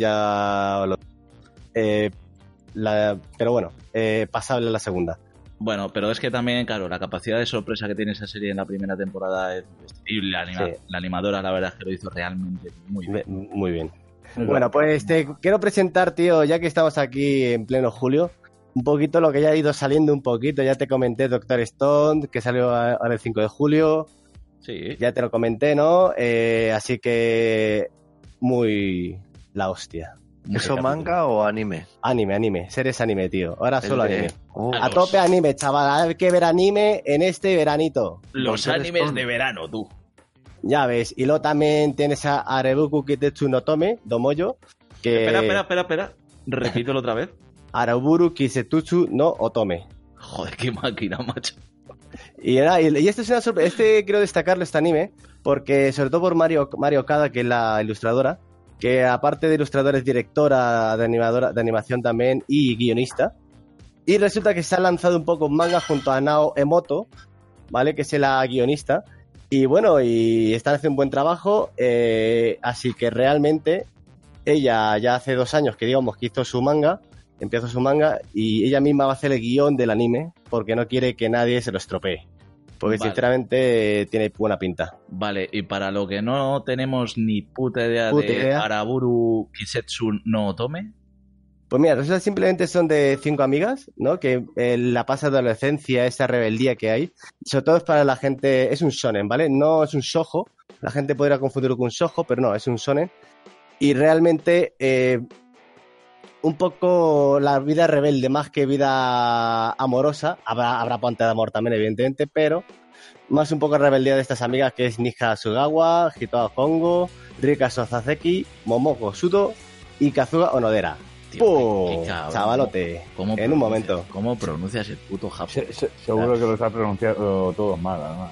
pero bueno, pasable la segunda. Bueno, pero es que también, claro, la capacidad de sorpresa que tiene esa serie en la primera temporada es... Y la animadora, la verdad es que lo hizo realmente muy bien. Muy bien. Bueno, pues te quiero presentar, tío, ya que estamos aquí en pleno julio, un poquito lo que ya ha ido saliendo un poquito. Ya te comenté Doctor Stone, que salió ahora el 5 de julio. Sí. Ya te lo comenté, ¿no? Así que... muy... la hostia. ¿Eso manga o anime? Anime. Series anime, tío. Ahora solo anime. A tope anime, chaval. Hay que ver anime en este veranito. Los animes de verano, tú. Ya ves. Y luego también tienes a Arebuku Kitetsu no Tome, Domoyo. Que... Espera. Repítelo otra vez. Araburu Kisetutsu no Otome. Joder, qué máquina, macho. Y este es una sorpresa. Quiero destacarlo, este anime, porque sobre todo por Mario Okada, que es la ilustradora, que aparte de ilustradora es directora de animación también y guionista. Y resulta que se ha lanzado un poco en manga junto a Nao Emoto, ¿vale? Que es la guionista. Y bueno, y están haciendo un buen trabajo, así que realmente ella ya hace 2 años que digamos que empezó su manga y ella misma va a hacer el guión del anime porque no quiere que nadie se lo estropee. Porque sinceramente tiene buena pinta. Vale, y para lo que no tenemos ni puta idea. Araburu Kisetsu no Otome. Pues mira, resulta simplemente son de 5 amigas, ¿no? Que la pasa de adolescencia, esa rebeldía que hay. Sobre todo es para la gente, es un shonen, ¿vale? No es un shoujo. La gente podría confundirlo con un shoujo, pero no, es un shonen. Y realmente un poco la vida rebelde, más que vida amorosa. Habrá ponte de amor también, evidentemente, pero más un poco rebeldía de estas amigas, que es Nija Sugawa, Hitoa Hongo, Rika Sosazeki, Momoko Sudo y Kazuga Onodera. Tío, chavalote, en un momento. ¿Cómo pronuncias el puto Japón? Seguro que los ha pronunciado todos mal, además.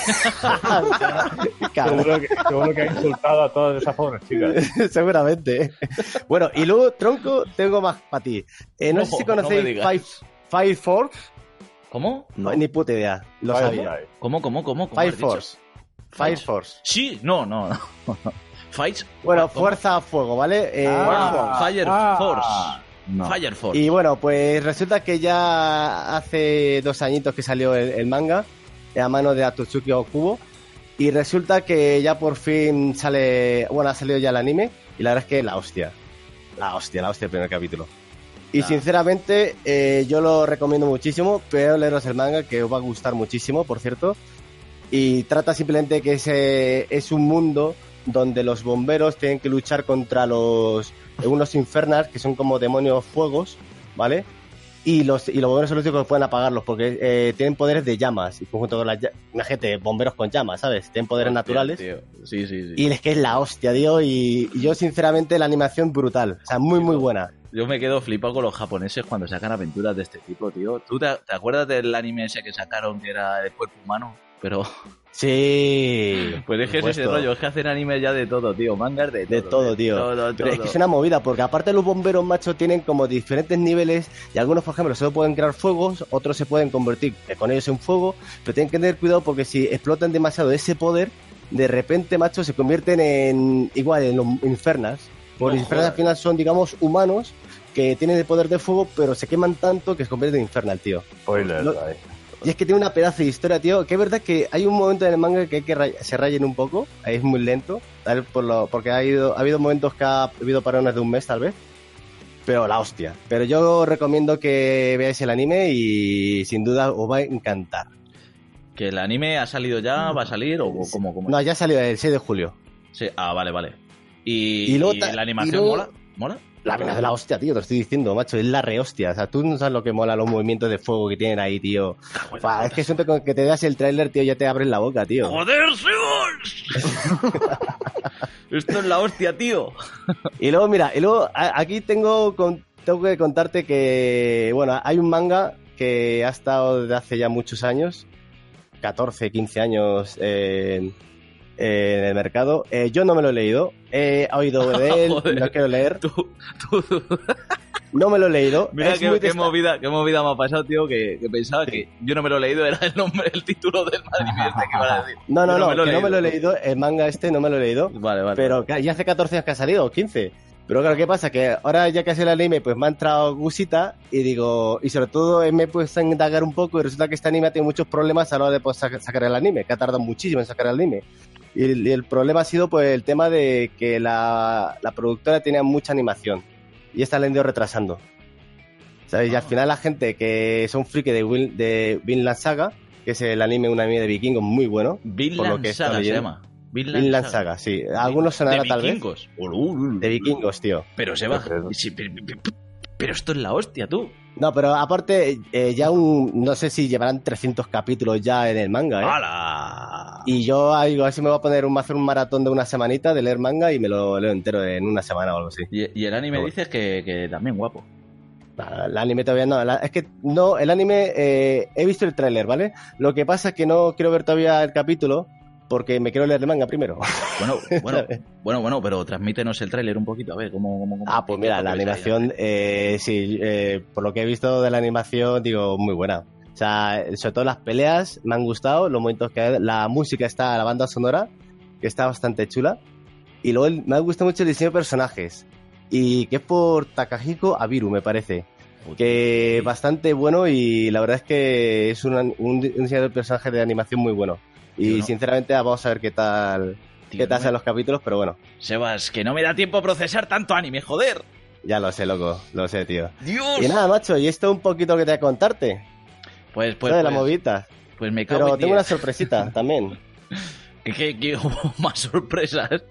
seguro que ha insultado a todas esas pobres chicas. Seguramente. Bueno, y luego, tronco, tengo más para ti. No sé si conocéis Fire Force. ¿Cómo? No, ni puta idea. Lo sabía. ¿Cómo? Fire Force. Fire Force. Sí, no. Fight. Bueno, Fuerza a Fuego, ¿vale? Fire Force. No. Fire Force. Y bueno, pues resulta que ya hace 2 añitos que salió el manga a mano de Atsuki Okubo y resulta que ya por fin ha salido ya el anime y la verdad es que la hostia el primer capítulo. Y sinceramente yo lo recomiendo muchísimo, pero leeros el manga, que os va a gustar muchísimo, por cierto. Y trata simplemente que es un mundo donde los bomberos tienen que luchar contra unos infernals que son como demonios fuegos, ¿vale? Y los bomberos son los únicos que pueden apagarlos porque tienen poderes de llamas y junto con la gente, bomberos con llamas, ¿sabes? Tienen poderes naturales. Tío. Sí. Y es que es la hostia, tío. Y yo, sinceramente, la animación brutal. O sea, muy buena. Yo me quedo flipado con los japoneses cuando sacan aventuras de este tipo, tío. ¿Tú te acuerdas del anime ese que sacaron que era de cuerpo humano? Pero... Sí. Pues es que es ese rollo, es que hacen anime ya de todo, tío. Mangas de todo. De todo, tío. Todo. Pero es que es una movida, porque aparte los bomberos, macho, tienen como diferentes niveles y algunos, por ejemplo, solo pueden crear fuegos, otros se pueden convertir con ellos en fuego, pero tienen que tener cuidado porque si explotan demasiado ese poder, de repente, macho, se convierten en los infernals. Porque los infernals al final son, digamos, humanos que tienen el poder de fuego, pero se queman tanto que se convierten en infernal, tío. Spoiler, y es que tiene una pedazo de historia, tío, que es verdad que hay un momento en el manga que hay que se rayen un poco, ahí es muy lento, tal porque ha habido momentos que ha habido parones de 1 mes, tal vez, pero la hostia. Pero yo recomiendo que veáis el anime y sin duda os va a encantar. ¿Que el anime ha salido ya? ¿Va a salir? ¿O cómo? No, ya salió el 6 de julio. Sí. Ah, vale. ¿Y la animación mola? La hostia, tío, te lo estoy diciendo, macho, es la rehostia. O sea, tú no sabes lo que mola los movimientos de fuego que tienen ahí, tío. Es que siempre con que te das el tráiler, tío, ya te abres la boca, tío. ¡Joder, Sebas! Esto es la hostia, tío. Y luego, mira, aquí tengo que contarte que, bueno, hay un manga que ha estado desde hace ya muchos años, 14, 15 años en el mercado. Yo no me lo he leído, he oído de él, Joder, lo quiero leer. Tú. No me lo he leído. Mira qué movida me ha pasado, tío, que pensaba que yo no me lo he leído, era el título del anime este que iban a decir. No me lo he leído, el manga este no me lo he leído. Vale. Pero ya hace 14 años que ha salido, o 15. Pero claro, ¿qué pasa? Que ahora ya que ha sido el anime, pues me ha entrado gusita y digo, y sobre todo me he puesto a indagar un poco y resulta que este anime ha tenido muchos problemas a la hora de sacar el anime, que ha tardado muchísimo en sacar el anime. Y el problema ha sido pues el tema de que la productora tenía mucha animación y esta la han ido retrasando. ¿Sabes? Y al final la gente que son friki de Vinland Saga, que es el anime, un anime de vikingos muy bueno. Vinland Saga se llama. Vinland Saga, sí. Algunos sonará tal vez. De vikingos, tío. Pero se va. Pero esto es la hostia, tú. No, pero aparte, no sé si llevarán 300 capítulos ya en el manga, ¿eh? ¡Hala! Y yo digo, a ver si me voy a hacer un maratón de una semanita de leer manga y me lo leo entero en una semana o algo así. Y el anime dices que también guapo. El anime todavía no. Es que no, el anime he visto el tráiler, ¿vale? Lo que pasa es que no quiero ver todavía el capítulo porque me quiero leer el manga primero. Bueno, pero transmítenos el tráiler un poquito, a ver cómo. Pues mira, la animación, por lo que he visto de la animación, digo, muy buena. O sea, sobre todo las peleas me han gustado, los momentos que hay, la música está, la banda sonora, que está bastante chula. Y luego me ha gustado mucho el diseño de personajes. Y que es por Takahiko Abiru, me parece. Que bastante bueno y la verdad es que es un diseñador de personajes de animación muy bueno. Y sinceramente vamos a ver qué tal sean los capítulos, pero bueno. Sebas, que no me da tiempo a procesar tanto anime, joder. Ya lo sé, loco, lo sé, tío. Dios. Y nada, macho, y esto un poquito que te voy a contarte. Pues de la movida. Pues me cago Pero en tengo una sorpresita también. ¿Qué más sorpresas?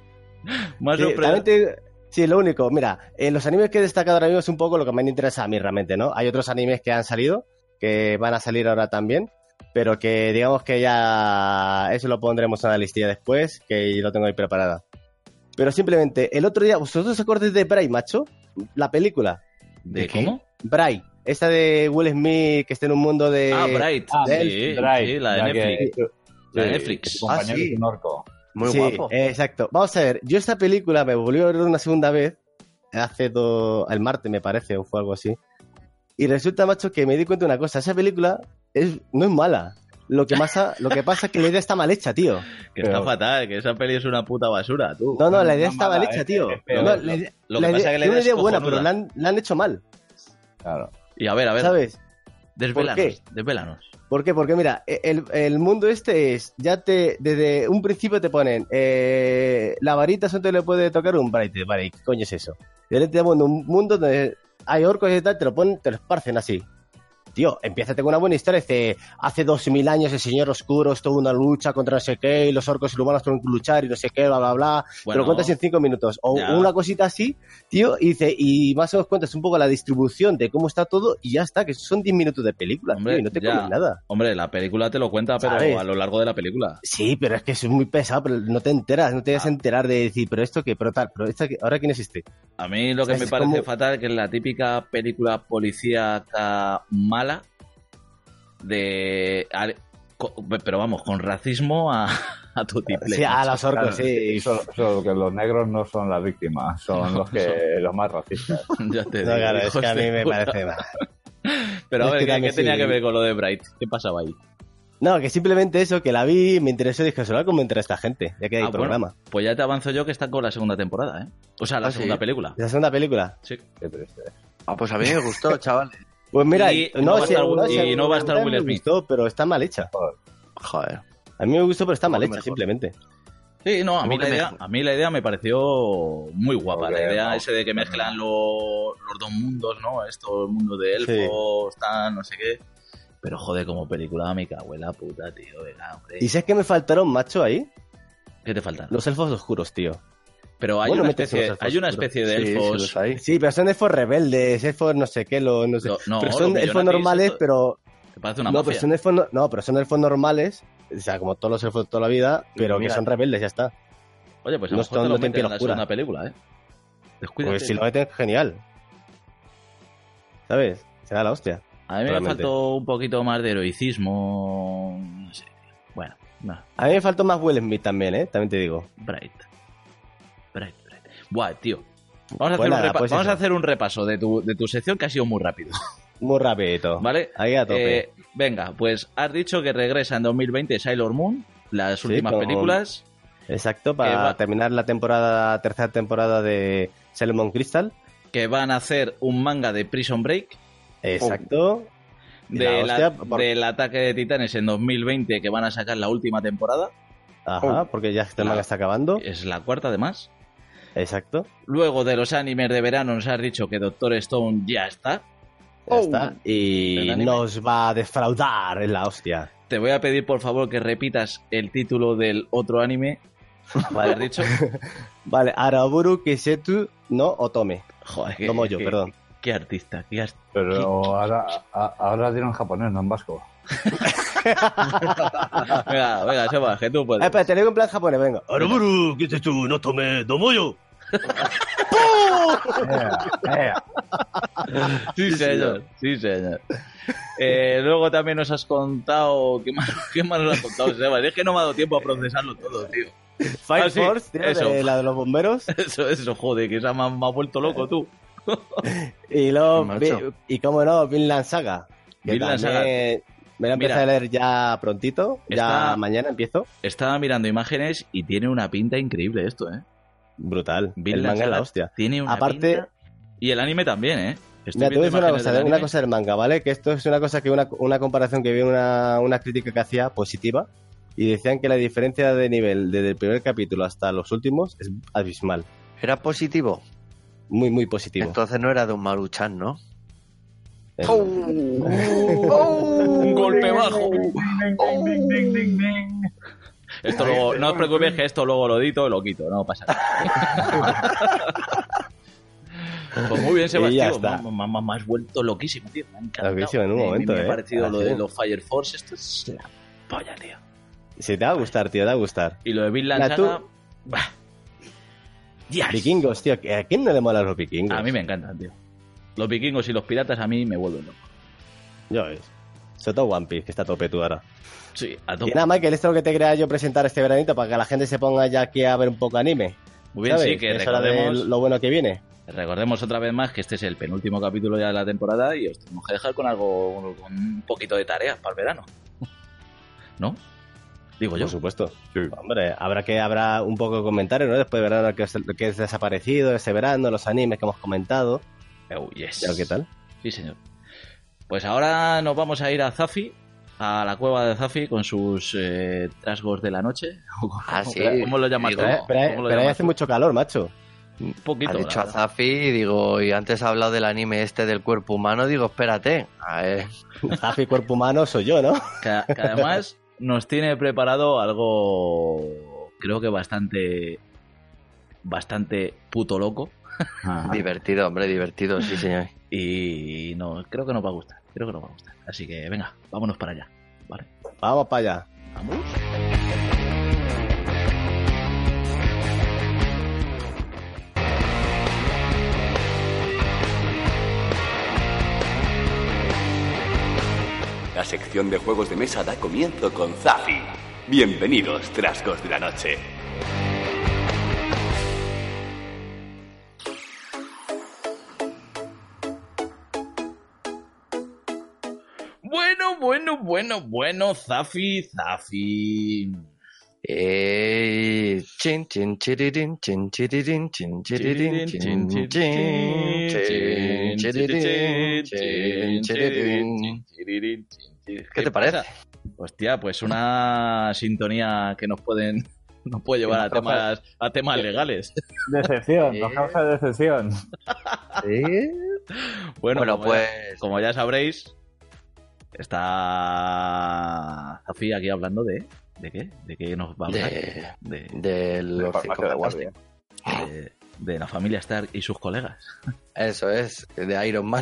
Sí, lo único, mira, los animes que he destacado ahora mismo es un poco lo que me interesa a mí realmente, ¿no? Hay otros animes que han salido, que van a salir ahora también, pero que digamos que ya eso lo pondremos en la listilla después, que lo tengo ahí preparada. Pero simplemente, el otro día, ¿vosotros os acordáis de Bright, macho? La película. ¿De cómo? Bright, esta de Will Smith, que está en un mundo de... Bright. Sí, la de Netflix. La de Netflix. Compañero de un orco. Muy guapo. Exacto. Vamos a ver, yo esta película me volví a ver una segunda vez, el martes me parece, o fue algo así. Y resulta, macho, que me di cuenta de una cosa, esa película no es mala. Lo que pasa es que la idea está mal hecha, tío. Que está fatal, que esa peli es una puta basura, tú. No, la idea está mal hecha, tío. Lo que pasa es que la idea es buena, pero la han hecho mal. Claro. Y a ver. ¿Sabes? Desvélanos. ¿Por qué? Porque mira, el mundo este es, desde un principio te ponen, la varita solo te le puede tocar un Bright, vale, ¿qué coño es eso? De repente te ponen un mundo donde hay orcos y tal, te lo esparcen así. Tío, empiézate con una buena historia, dice, hace 2000 años el señor oscuro estuvo una lucha contra no sé qué, y los orcos y los humanos tuvieron que luchar y no sé qué, bla, bla, bla, te lo cuentas en 5 minutos, o una cosita así, tío, y dice, y más o menos cuentas un poco la distribución de cómo está todo, y ya está, que son 10 minutos de película, hombre, tío, y no te comes nada. Hombre, la película te lo cuenta, pero ¿sabes? A lo largo de la película. Sí, pero es que es muy pesado, pero no te enteras, no te vas a enterar de decir, pero esto qué, pero tal, pero esto qué, ahora quién es este. A mí lo que me parece fatal que es la típica película policíaca mala, pero vamos, con racismo a tutiplén. Sí, a los orcos, sí. Solo que los negros no son las víctimas, son los más racistas. Ya te digo, claro, es que a mí me parece mal. Pero a ver, ¿qué tenía que ver con lo de Bright? ¿Qué pasaba ahí? No, que simplemente eso, que la vi, me interesó y dije, ¿solo cómo entra esta gente? Ya que hay programa. Bueno, pues ya te avanzo yo que está con la segunda temporada, ¿eh? O sea, la segunda película. ¿La segunda película? Sí. Qué triste. Pues a mí me gustó, chavales. Pues mira, no va a estar Will Smith. Me gustó, pero está mal hecha. Joder. A mí me gustó, pero está mal hecha, simplemente. Sí, no, a mí la idea me pareció muy guapa. La idea ese de que mezclan los dos mundos, ¿no? El mundo de elfos, no sé qué. Pero joder, como película me cago en la puta, tío. Venga, hombre. ¿Y si es que me faltaron, macho, ahí? ¿Qué te faltan? Los elfos oscuros, tío. Pero hay una especie de elfos. Sí, pero son elfos rebeldes, elfos no sé qué, no sé. No, pero son elfos normales, pero... Te parece una mafia. Pero son elfos normales, o sea, como todos los elfos de toda la vida, pero que son rebeldes, ya está. Oye, pues a lo mejor te lo meten en la segunda película, ¿eh? Descuídate. Pues si lo meten, genial. ¿Sabes? Será la hostia. A mí me faltó un poquito más de heroicismo. No sé. Bueno, no. A mí me faltó más Will Smith también, también te digo. Bright. Buah, tío. Vamos a hacer un repaso de tu sección que ha sido muy rápido. Muy rapidito. ¿Vale? Ahí a tope. Venga, pues has dicho que regresa en 2020 Sailor Moon, las últimas películas. Exacto, para terminar la tercera temporada de Sailor Moon Crystal. Que van a hacer un manga de Prison Break. Exacto. Del ataque de titanes en 2020, que van a sacar la última temporada. Ajá, porque ya este manga está acabando. Es la cuarta, además. Exacto. Luego de los animes de verano nos has dicho que Doctor Stone ya está. Ya está. Y nos va a defraudar en la hostia. Te voy a pedir, por favor, que repitas el título del otro anime. Vale, has dicho. Vale, Araburu Kisetu no Otome. Joder, perdón. Qué artista, Pero ahora dieron en japonés, no en vasco. venga, Seba, que tú puedes. Espera, te digo en plan japonés, venga. Araburu Kisetu no Otome, domoyo. Sí, señor. Luego también nos has contado... ¿Qué más nos has contado, Seba? Es que no me ha dado tiempo a procesarlo todo, tío. Fire Force, tío, de la de los bomberos. Eso, joder, que esa me ha vuelto loco, tú. Y luego, y cómo no, Vinland Saga. Vinland Saga. Me la empecé a leer ya prontito, mañana empiezo. Estaba mirando imágenes y tiene una pinta increíble esto, ¿eh? Brutal. Vinland el manga es la hostia. Tiene una pinta... Y el anime también, ¿eh? Mira, te voy a decir una cosa del manga, ¿vale? Que esto es una cosa que una comparación que vi una crítica que hacía positiva y decían que la diferencia de nivel desde el primer capítulo hasta los últimos es abismal. ¿Era positivo? Muy, muy positivo. Entonces no era de un Maruchan, ¿no? Un golpe bajo. Esto luego, no os preocupéis que esto luego lo edito y lo quito, no pasa nada. Pues muy bien, Sebastián. Me has vuelto loquísimo, tío. Me ha encantado. Loquísimo en un momento, me ha parecido lo de los Fire Force. Esto es la polla, tío. Sí, te va a gustar, tío, te va a gustar. Y lo de Vinland Saga... Yes. Vikingos, tío. ¿A quién no le molan los vikingos? A mí me encantan, tío. Los vikingos y los piratas a mí me vuelven loco. Yo ves. Sobre todo One Piece, que está a tope tú ahora. Sí, a tope. Y nada, Michael, esto es lo que te quería yo presentar este veranito para que la gente se ponga ya aquí a ver un poco anime. Muy bien, ¿sabes? Sí, que recordemos lo bueno que viene. Recordemos otra vez más que este es el penúltimo capítulo ya de la temporada y os tenemos que dejar con un poquito de tareas para el verano. ¿No? Digo yo. Por supuesto. Sí. Hombre, habrá un poco de comentarios, ¿no? Después de ver que es desaparecido ese verano, los animes que hemos comentado. Oh, yes. ¿Qué tal? Sí, señor. Pues ahora nos vamos a ir a Zafi, a la cueva de Zafi con sus trasgos de la noche. Sí. ¿Cómo lo llamas tú? Pero ahí hace mucho calor, macho. Un poquito. Ha dicho a Zafi y antes ha hablado del anime este del cuerpo humano, digo, espérate. A ver. Zafi, cuerpo humano, soy yo, ¿no? Que además nos tiene preparado algo, creo que bastante puto loco. Divertido, hombre, divertido, sí, señor. Y no, creo que nos va a gustar. Así que venga, vámonos para allá. ¿Vale? Vamos para allá. Vamos. La sección de juegos de mesa da comienzo con Zafi. Bienvenidos, trasgos de la noche. Bueno, Zafi. Chin chin chiririn chin chiririn chin chiririn chin chin chiririn. ¿Qué te parece? Hostia, pues una sintonía que nos puede llevar a temas legales. Decepción, nos causa decepción. ¿Sí? Bueno, pues como ya sabréis, Está Zafi aquí hablando de qué, de qué nos va a hablar, de los cinco de guardia, de la familia Stark y sus colegas. Eso es, de Iron Man.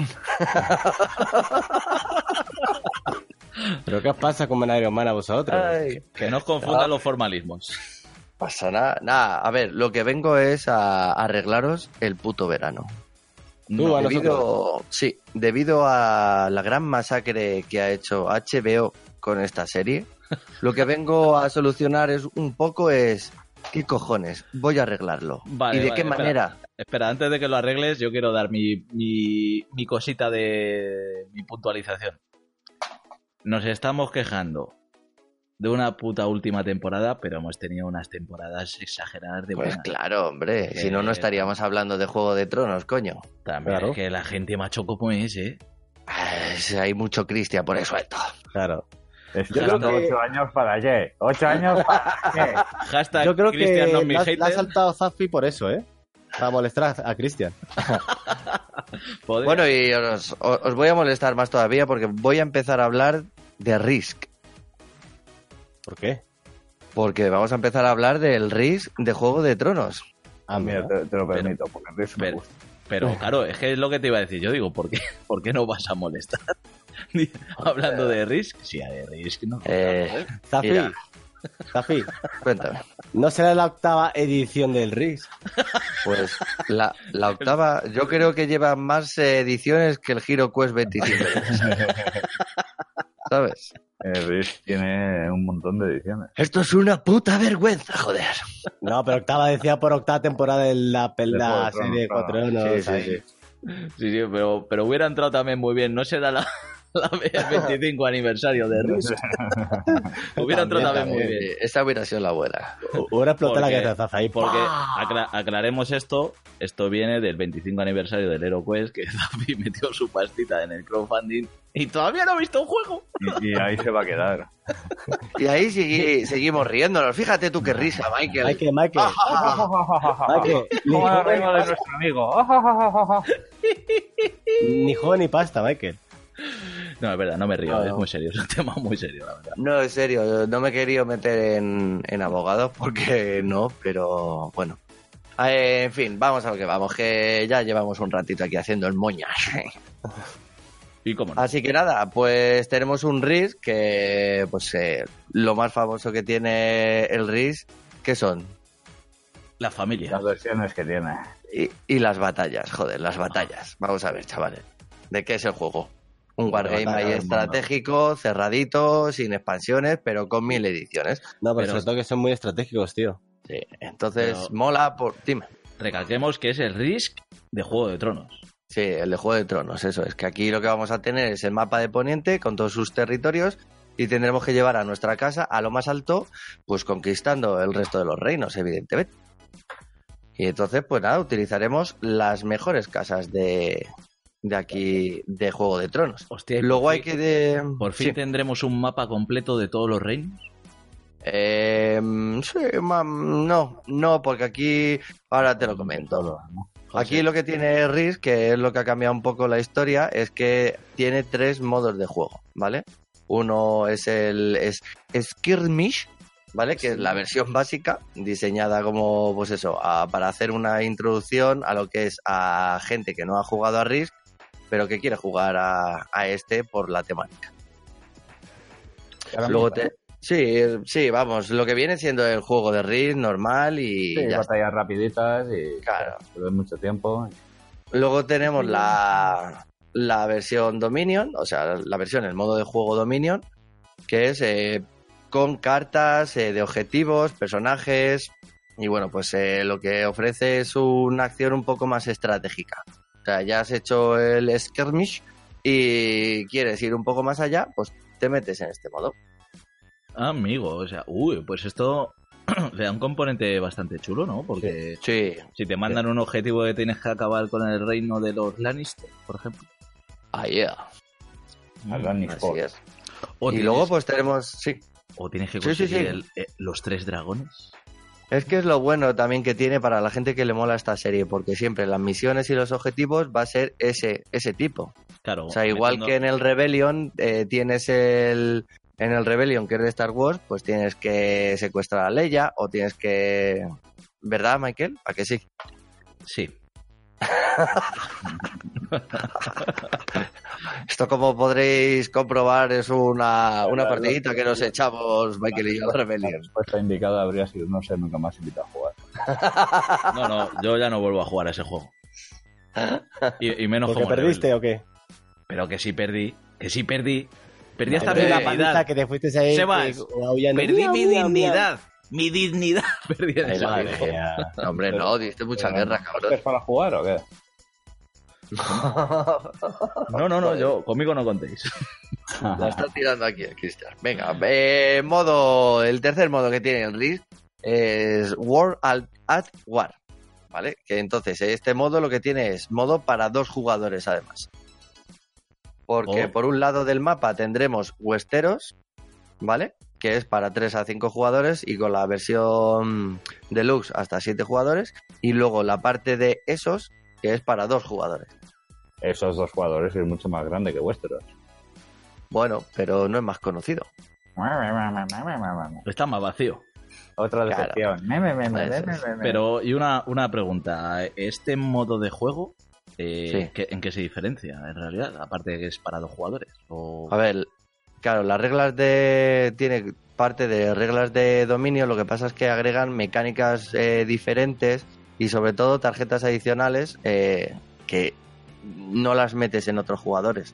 ¿Pero qué os pasa con Iron Man a vosotros? Ay, que no os confundan los formalismos. Pasa nada. A ver, lo que vengo es a arreglaros el puto verano. No, debido a la gran masacre que ha hecho HBO con esta serie, lo que vengo a solucionar ¿qué cojones? Voy a arreglarlo. Vale, ¿Y de qué manera? Espera, antes de que lo arregles, yo quiero dar mi cosita de mi puntualización. Nos estamos quejando de una puta última temporada, pero hemos tenido unas temporadas exageradas de buenas. Pues claro, hombre, si no estaríamos hablando de Juego de Tronos, coño. También claro. Es que la gente macho como es, Hay mucho Cristian por eso esto. Claro. Yo creo que 8 años para qué. 8 años para qué. Hashtag Yo creo Cristian no que mi la hater. ha saltado Zafi por eso, para molestar a Cristian. Bueno, y os voy a molestar más todavía porque voy a empezar a hablar de Risk. ¿Por qué? Porque vamos a empezar a hablar del Risk de Juego de Tronos. Mira, te lo permito, porque Risk me gusta. Pero claro, es que es lo que te iba a decir. Yo digo, ¿por qué no vas a molestar? Hablando de Risk, sí, de Risk, ¿no? Zafi, Cuéntame. ¿no será la 8ª edición del Risk? Pues la octava, yo creo que lleva más ediciones que el Hero Quest 25. ¿Sabes? Risk tiene un montón de ediciones. Esto es una puta vergüenza, joder. No, pero 8ª decía por 8ª temporada de la serie de 4 años. Sí. Sí, pero hubiera entrado también muy bien. No será la 25 aniversario de Risk. Hubiera entrado también muy bien. Esa hubiera sido la buena. Hubiera explotado la cabeza ahí. Porque aclaremos esto viene del 25 aniversario del Hero Quest, que Zafi metió su pastita en el crowdfunding y todavía no ha visto un juego. Y ahí se va a quedar. Y ahí seguimos riéndonos. Fíjate tú qué risa, Michael. Michael. ¿Cómo nos reímos de nuestro amigo? Ni juego ni pasta, Michael. No, es verdad, no me río, es muy serio, es un tema muy serio, la verdad. No, en serio, no me he querido meter en abogados porque no, pero bueno. En fin, vamos a lo que vamos, que ya llevamos un ratito aquí haciendo el moñas. ¿Y cómo no? Así que nada, pues tenemos un Risk que, pues, lo más famoso que tiene el Risk, ¿qué son? La familia. Las versiones que tiene. Y las batallas, joder, las batallas. Vamos a ver, chavales, ¿de qué es el juego? Un wargame ahí estratégico, cerradito, sin expansiones, pero con 1000 ediciones. No, pero sobre todo que son muy estratégicos, tío. Sí, entonces mola por... Dime. Recalquemos que es el Risk de Juego de Tronos. Sí, el de Juego de Tronos, eso es. Que aquí lo que vamos a tener es el mapa de Poniente con todos sus territorios y tendremos que llevar a nuestra casa a lo más alto, pues conquistando el resto de los reinos, evidentemente. Y entonces, pues nada, utilizaremos las mejores casas de aquí de Juego de Tronos. Hostia, luego hay que... ¿Por fin tendremos un mapa completo de todos los reinos? No, porque aquí... Ahora te lo comento. Aquí lo que tiene Risk, que es lo que ha cambiado un poco la historia, es que tiene 3 modos de juego, ¿vale? Uno es el Skirmish, ¿vale? Que es la versión básica, diseñada como, pues eso, para hacer una introducción a lo que es a gente que no ha jugado a Risk, pero que quiere jugar a este por la temática. Luego Sí, vamos, lo que viene siendo el juego de Risk normal y... Sí, batallas rapiditas y... Claro. Pero mucho tiempo. Luego tenemos la versión Dominion, o sea, el modo de juego Dominion, que es con cartas de objetivos, personajes, y bueno, pues lo que ofrece es una acción un poco más estratégica. O sea, ya has hecho el Skirmish y quieres ir un poco más allá, pues te metes en este modo. Amigo, o sea, pues esto le da un componente bastante chulo, ¿no? Porque si te mandan un objetivo que tienes que acabar con el reino de los Lannister, por ejemplo. Así es. Y luego pues tenemos... Sí. O tienes que conseguir los 3 dragones. Es que es lo bueno también que tiene para la gente que le mola esta serie, porque siempre las misiones y los objetivos va a ser ese tipo. Claro. O sea, igual que en el Rebellion tienes en el Rebellion, que es de Star Wars, pues tienes que secuestrar a Leia o tienes que... ¿Verdad, Michael? ¿A que sí? Sí. Esto, como podréis comprobar, es una partidita que nos echamos Michael y yo de Rebellion. La respuesta indicada habría sido no ser nunca más invitado a jugar. No, yo ya no vuelvo a jugar a ese juego. Y menos ¿Porque como perdiste Rebel. o qué? Pero que sí perdí. Perdí hasta mi la dignidad. paliza que te fuiste ahí. Sebas, perdí mi dignidad. Mi dignidad perdí en ese Madre juego. mía. Hombre, no, diste mucha guerra, cabrón. ¿Es para jugar o qué? No, yo conmigo no contéis. La está tirando aquí, Cristian. Venga, el tercer modo que tiene el Risk es War at War, ¿vale? Que entonces este modo lo que tiene es modo para 2 jugadores además. Porque por un lado del mapa tendremos Westeros, ¿vale? Que es para 3 a 5 jugadores y con la versión deluxe hasta 7 jugadores. Y luego la parte de esos, que es para 2 jugadores. Esos 2 jugadores es mucho más grande que Westeros. Bueno, pero no es más conocido. Está más vacío. Otra decepción. Pero, y una pregunta. ¿Este modo de juego Sí. en qué se diferencia en realidad? Aparte de que es para 2 jugadores. O... A ver, claro, las reglas tiene parte de reglas de dominio, lo que pasa es que agregan mecánicas diferentes y sobre todo tarjetas adicionales que no las metes en otros jugadores.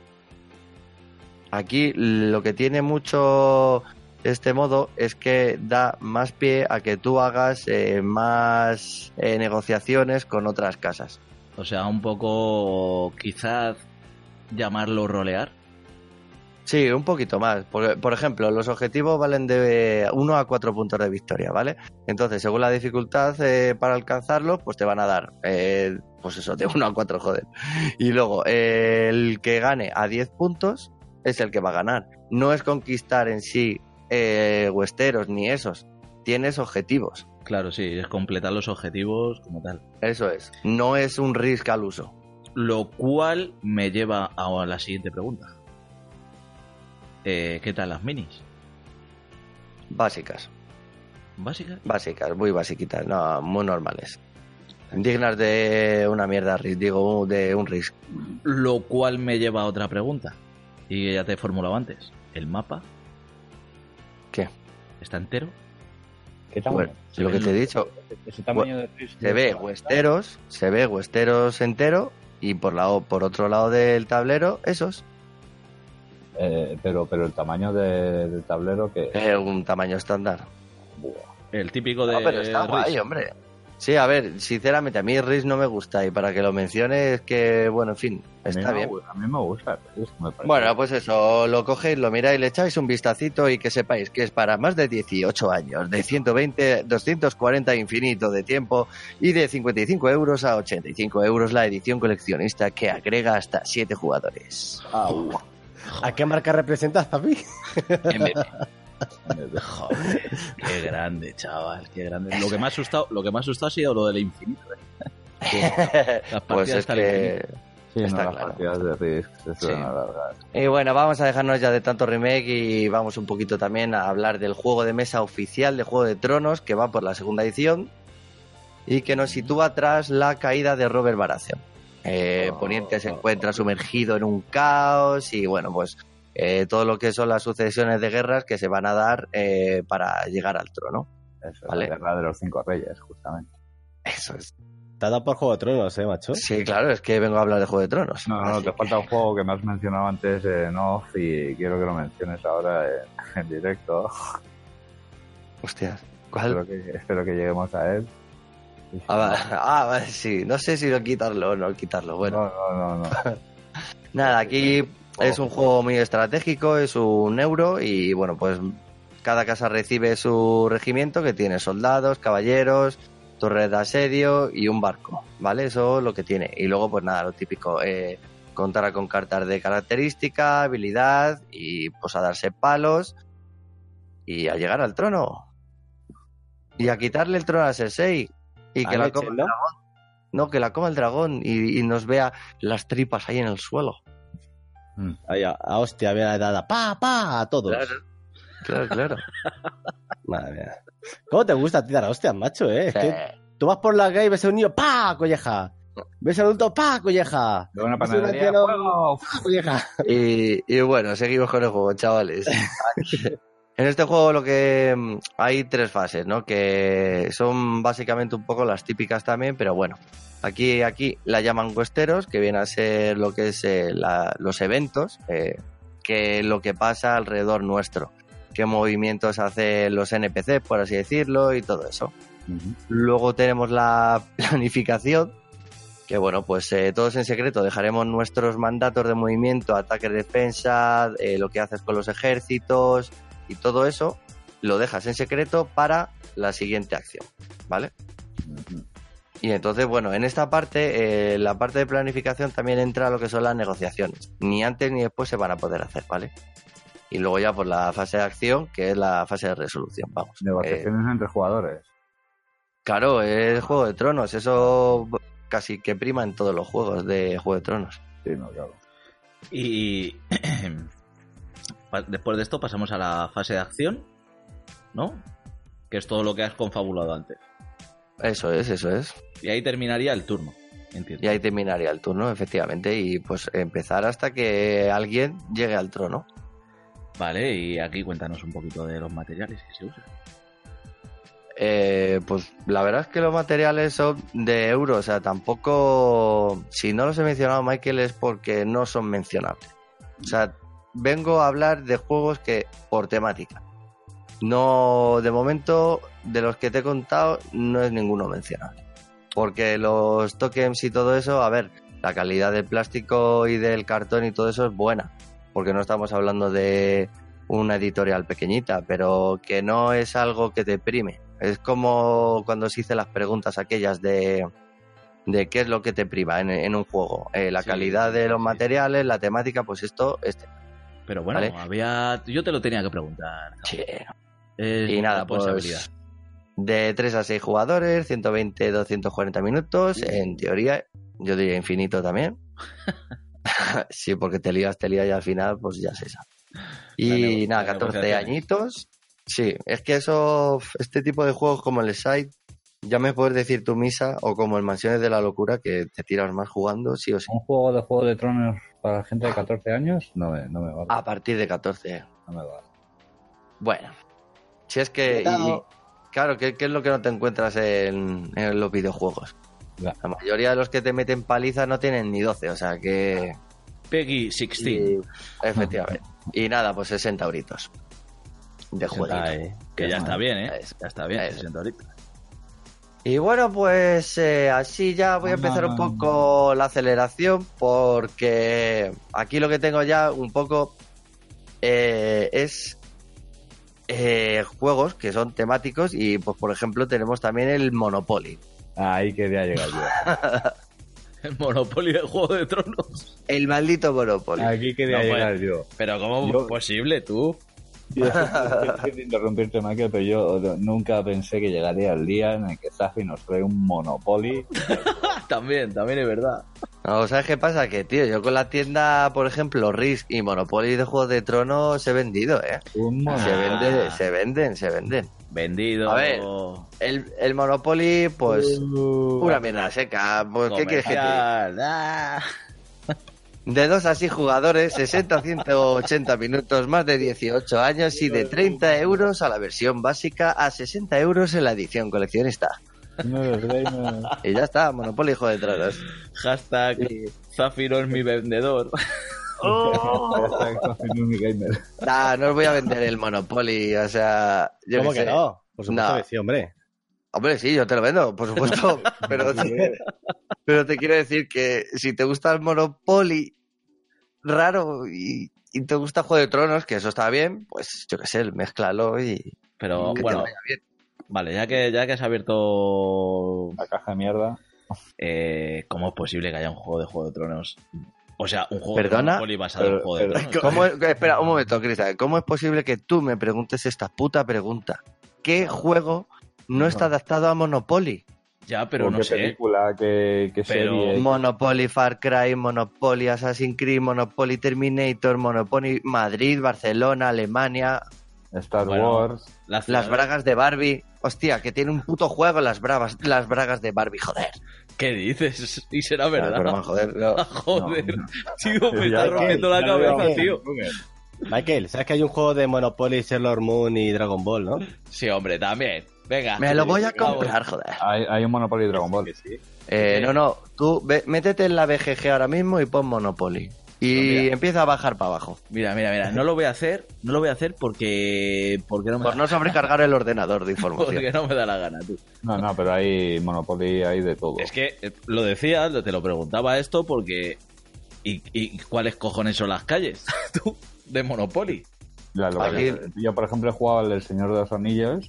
Aquí lo que tiene mucho este modo es que da más pie a que tú hagas más negociaciones con otras casas. O sea, un poco quizás llamarlo rolear. Sí, un poquito más. Por ejemplo, los objetivos valen de 1 a 4 puntos de victoria, ¿vale? Entonces, según la dificultad para alcanzarlo, pues te van a dar, pues eso, de 1 a 4, joder. Y luego, el que gane a 10 puntos es el que va a ganar. No es conquistar en sí Westeros ni esos. Tienes objetivos. Claro, sí, es completar los objetivos como tal. Eso es. No es un Risk al uso. Lo cual me lleva a la siguiente pregunta. ¿Qué tal las minis? Básicas. ¿Básicas? Básicas, muy basiquitas, no, muy normales. Dignas de una mierda, digo, de un Risk. Lo cual me lleva a otra pregunta. Y ya te he formulado antes. ¿El mapa? ¿Qué? ¿Está entero? ¿Qué tamaño? Bueno, lo que te he dicho. Ese tamaño de Risk Se ve Westeros entero y por otro lado del tablero, esos. Pero el tamaño del tablero que Es un tamaño estándar. El típico de... No, pero está guay, Risk. hombre. Sí, a ver, sinceramente, a mí Risk no me gusta y para que lo menciones que, bueno, en fin, está bien. A mí me gusta Risk, me parece. Bueno, pues eso, lo cogéis, lo miráis, le echáis un vistacito y que sepáis que es para más de 18 años, de 120, 240 infinito de tiempo y de 55 euros a 85 euros la edición coleccionista que agrega hasta 7 jugadores. ¿A qué marca representas, Zapi? Joder, qué grande, chaval, qué grande. Lo que me ha asustado ha sido lo del infinito. Las Pues partidas es hasta el que... infinito. Sí, está las claro. partidas de Risk se suelen Sí. alargar. Y bueno, vamos a dejarnos ya de tanto remake y vamos un poquito también a hablar del juego de mesa oficial de Juego de Tronos que va por la segunda edición y que nos sitúa tras la caída de Robert Baratheon. Poniente se encuentra sumergido en un caos y bueno, pues todo lo que son las sucesiones de guerras que se van a dar para llegar al trono. Eso, Vale. la guerra de los 5 reyes, justamente. Eso es. Te ha dado por Juego de Tronos, macho. Sí, claro, es que vengo a hablar de Juego de Tronos. No, Así te que- falta un juego que me has mencionado antes en off y quiero que lo menciones ahora en directo. Hostias, ¿cuál? Espero que lleguemos a él. Vale, sí, no sé si lo quitarlo o no quitarlo. Bueno, No. nada, aquí es un juego muy estratégico, es un euro y bueno, pues cada casa recibe su regimiento que tiene soldados, caballeros, torres de asedio y un barco, ¿vale? Eso es lo que tiene. Y luego pues nada, lo típico, contará con cartas de característica, habilidad y pues a darse palos y a llegar al trono. Y a quitarle el trono a Cersei y que A la leche, coma el ¿no? dragón. No, que la coma el dragón y nos vea las tripas ahí en el suelo. Ahí a hostia, había dado pa, a todos. Claro. Madre mía. ¿Cómo te gusta a ti dar hostias, macho, Sí. Es que tú vas por la calle y ves a un niño, ¡pa! Colleja. Ves a un adulto, ¡pa! Colleja. De una Ves a un panadería, anciano, ¡fuego! ¡pa! Colleja. Y bueno, seguimos con el juego, chavales. En este juego lo que hay 3 fases, ¿no? Que son básicamente un poco las típicas también, pero bueno. Aquí la llaman cuesteros, que viene a ser lo que es los eventos, que lo que pasa alrededor nuestro. Qué movimientos hacen los NPC, por así decirlo, y todo eso. Luego tenemos la planificación, que bueno, pues todos en secreto dejaremos nuestros mandatos de movimiento, ataque, defensa, lo que haces con los ejércitos y todo eso, lo dejas en secreto para la siguiente acción, ¿vale? Y entonces, bueno, en esta parte, la parte de planificación también entra lo que son las negociaciones. Ni antes ni después se van a poder hacer, ¿vale? Y luego ya por la fase de acción, que es la fase de resolución, vamos. Negociaciones entre jugadores. Claro, es Juego de Tronos, eso casi que prima en todos los juegos de Juego de Tronos. Sí, no, claro. Y después de esto pasamos a la fase de acción, ¿no? Que es todo lo que has confabulado antes. Eso es. Y ahí terminaría el turno, entiendo. Y ahí terminaría el turno, efectivamente, y pues empezar hasta que alguien llegue al trono. Vale, y aquí cuéntanos un poquito de los materiales que se usan. Pues la verdad es que los materiales son de euro, o sea, tampoco, si no los he mencionado, Michael, es porque no son mencionables. O sea, vengo a hablar de juegos que por temática. No, de momento, de los que te he contado, no es ninguno mencionable. Porque los tokens y todo eso, a ver, la calidad del plástico y del cartón y todo eso es buena. Porque no estamos hablando de una editorial pequeñita, pero que no es algo que te prime. Es como cuando se hice las preguntas aquellas de qué es lo que te prima en un juego. La calidad de los materiales, la temática, pues esto... Pero bueno, ¿vale? Yo te lo tenía que preguntar. Sí. Y nada, pues de 3 a 6 jugadores, 120, 240 minutos, en teoría, yo diría infinito también. Sí, porque te lías y al final pues ya se sabe. Y nada, 14 añitos. Sí, es que este tipo de juegos como el Side, ya me puedes decir tu misa, o como el Mansiones de la Locura, que te tiras más jugando, sí o sí. ¿Un Juego de Tronos para gente de 14 años? No me vale. A partir de 14. No me vale. Bueno, si es que... claro, ¿qué es lo que no te encuentras en los videojuegos? La mayoría de los que te meten paliza no tienen ni 12, o sea que... Peggy 16. Efectivamente. Y nada, pues 60 euritos de juego. Que ya está bien, ¿eh? Ya está bien, 60 euritos. Y bueno, pues así ya voy a empezar un poco la aceleración, porque aquí lo que tengo ya un poco es juegos que son temáticos y pues por ejemplo tenemos también el Monopoly. Ahí quería llegar yo. El Monopoly del Juego de Tronos. El maldito Monopoly. Aquí quería llegar yo. Pero ¿cómo es posible, tú? Yo quiero interrumpirte, Michael, pero yo nunca pensé que llegaría el día en el que Zafi nos trae un Monopoly. También es verdad. No, ¿sabes qué pasa? Que, tío, yo con la tienda, por ejemplo, Risk y Monopoly de Juegos de Tronos he vendido, ¿eh? Se venden. Vendido. A ver, el Monopoly, pues, una mierda seca. Pues, ¿qué quieres que te diga? De 2 a 6 jugadores, 60 a 180 minutos, más de 18 años y de 30 euros a la versión básica a 60 euros en la edición coleccionista. Y ya está, Monopoly Hijo de Tronos. Hashtag Zafiro es mi vendedor. No os voy a vender el Monopoly, o sea... ¿Cómo que no? Por supuesto que sí, hombre. Hombre, sí, yo te lo vendo, por supuesto. pero te quiero decir que si te gusta el Monopoly raro y te gusta Juego de Tronos, que eso está bien, pues yo qué sé, mézclalo y... Pero bueno, vale, ya que has abierto la caja de mierda, ¿cómo es posible que haya un juego de Juego de Tronos? O sea, un juego de Monopoly basado en Juego de Tronos. Espera, un momento, Cristian. ¿Cómo es posible que tú me preguntes esta puta pregunta? ¿Qué juego no está adaptado a Monopoly? Ya, pero no qué sé. película, qué serie. Monopoly Far Cry, Monopoly Assassin's Creed, Monopoly Terminator, Monopoly Madrid, Barcelona, Alemania, Star Wars. las bragas de Barbie. Hostia, que tiene un puto juego las bragas de Barbie, joder. ¿Qué dices? Y será verdad. Claro, pero, joder, no. Joder, No. tío, me Ya, está rompiendo la cabeza, tío. Michael, ¿sabes que hay un juego de Monopoly, Sailor Moon y Dragon Ball, no? Sí, hombre, también. Venga. Me lo voy a comprar, joder. Hay un Monopoly Dragon Ball. No, tú métete en la BGG ahora mismo y pon Monopoly. Y empieza a bajar para abajo. Mira, no lo voy a hacer porque no me Por no sobrecargar el ordenador de información. porque no me da la gana, tú. No, pero hay Monopoly, hay de todo. Es que lo decía, te lo preguntaba esto porque... ¿Y cuáles cojones son las calles? Tú, de Monopoly. Yo, por ejemplo, he jugado al El Señor de los Anillos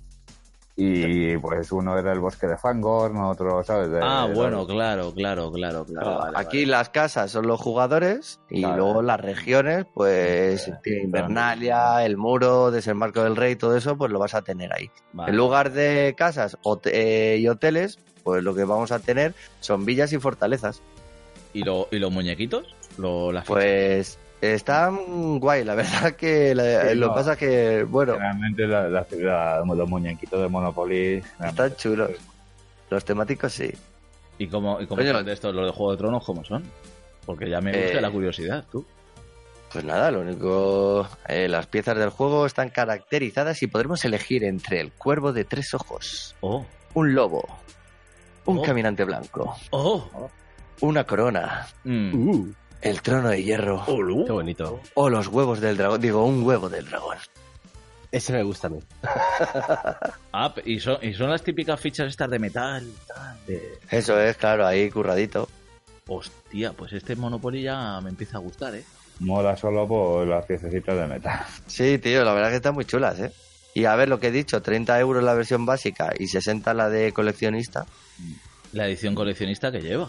y pues uno era el Bosque de Fangorn, otro, ¿sabes? Bueno, claro. Aquí las casas son los jugadores y luego las regiones, pues Invernalia, el muro, Desembarco del Rey, todo eso, pues lo vas a tener ahí. Vale. En lugar de casas y hoteles, pues lo que vamos a tener son villas y fortalezas. ¿Y los muñequitos? Las Pues están guay, la verdad que lo que pasa es que, bueno... Realmente los muñequitos de Monopoly... Están chulos. Los temáticos sí. ¿Y cómo son de estos, los de Juego de Tronos, cómo son? Porque ya me gusta la curiosidad, tú. Pues nada, lo único... las piezas del juego están caracterizadas y podremos elegir entre el cuervo de 3 ojos, un lobo, un caminante blanco, una corona, el trono de hierro, Qué bonito. o los huevos del dragón, un huevo del dragón. Ese me gusta a mí. ¿Y son las típicas fichas estas de metal? Eso es, claro, ahí curradito. Hostia, pues este Monopoly ya me empieza a gustar, ¿eh? Mola solo por las piececitas de metal. Sí, tío, la verdad que están muy chulas, ¿eh? Y a ver lo que he dicho, 30 euros la versión básica y 60 la de coleccionista. La edición coleccionista que lleva.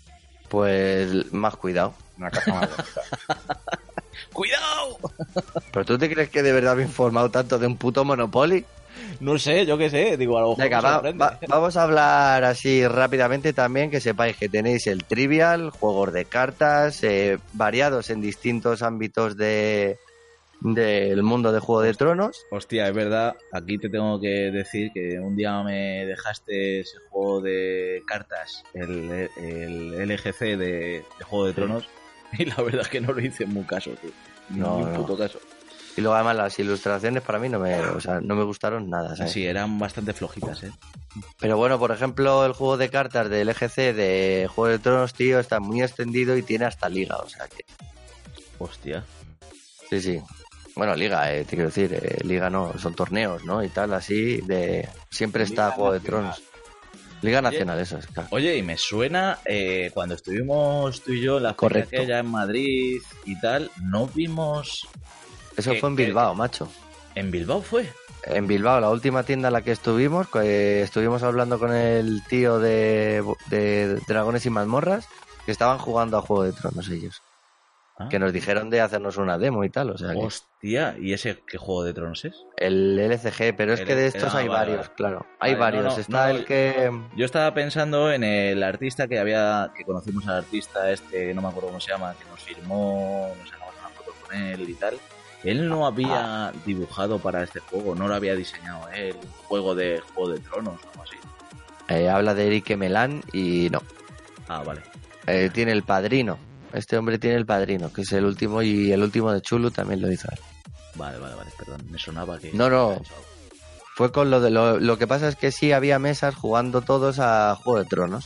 Pues más cuidado. Una caja más bonita. ¡Cuidado! ¿Pero tú te crees que de verdad me he informado tanto de un puto Monopoly? No sé, yo qué sé, digo, a lo mejor. Venga, vamos a hablar así rápidamente también, que sepáis que tenéis el Trivial, juegos de cartas, variados en distintos ámbitos del mundo de Juego de Tronos. Hostia, es verdad, aquí te tengo que decir que un día me dejaste ese juego de cartas, el LGC de Juego de Tronos, y la verdad es que no lo hice en muy caso, tío. No, ni un puto caso. Y luego además las ilustraciones para mí no me gustaron nada, ¿sabes? Sí, eran bastante flojitas, ¿eh? Pero bueno, por ejemplo, el juego de cartas del LGC de Juego de Tronos, tío, está muy extendido y tiene hasta liga, o sea que... Hostia. Sí. Bueno, liga, te quiero decir, liga no, son torneos, ¿no? Y tal, así, siempre está Liga Juego de Nacional. Tronos. Liga Nacional, eso es, claro. Oye, y me suena, cuando estuvimos tú y yo en la feria aquella en Madrid y tal, no vimos... Eso fue en Bilbao, macho. ¿En Bilbao fue? En Bilbao, la última tienda en la que estuvimos hablando con el tío de Dragones y Mazmorras, que estaban jugando a Juego de Tronos ellos. Que nos dijeron de hacernos una demo y tal, o sea que... Hostia, ¿y ese qué Juego de Tronos es? El LCG, pero es que de estos hay varios, claro. Hay varios, está el que... Yo estaba pensando en el artista que conocimos al artista no me acuerdo cómo se llama, que nos firmó, nos sacamos una foto con él y tal. Él no había dibujado para este juego, no lo había diseñado él, un juego de Tronos o algo así. Habla de Eric Melán y no. Ah, vale. Tiene el Padrino. Este hombre tiene el Padrino, que es el último, y el último de Chulu también lo hizo él. Vale, perdón, me sonaba que... No. Fue con lo que pasa es que sí había mesas jugando todos a Juego de Tronos.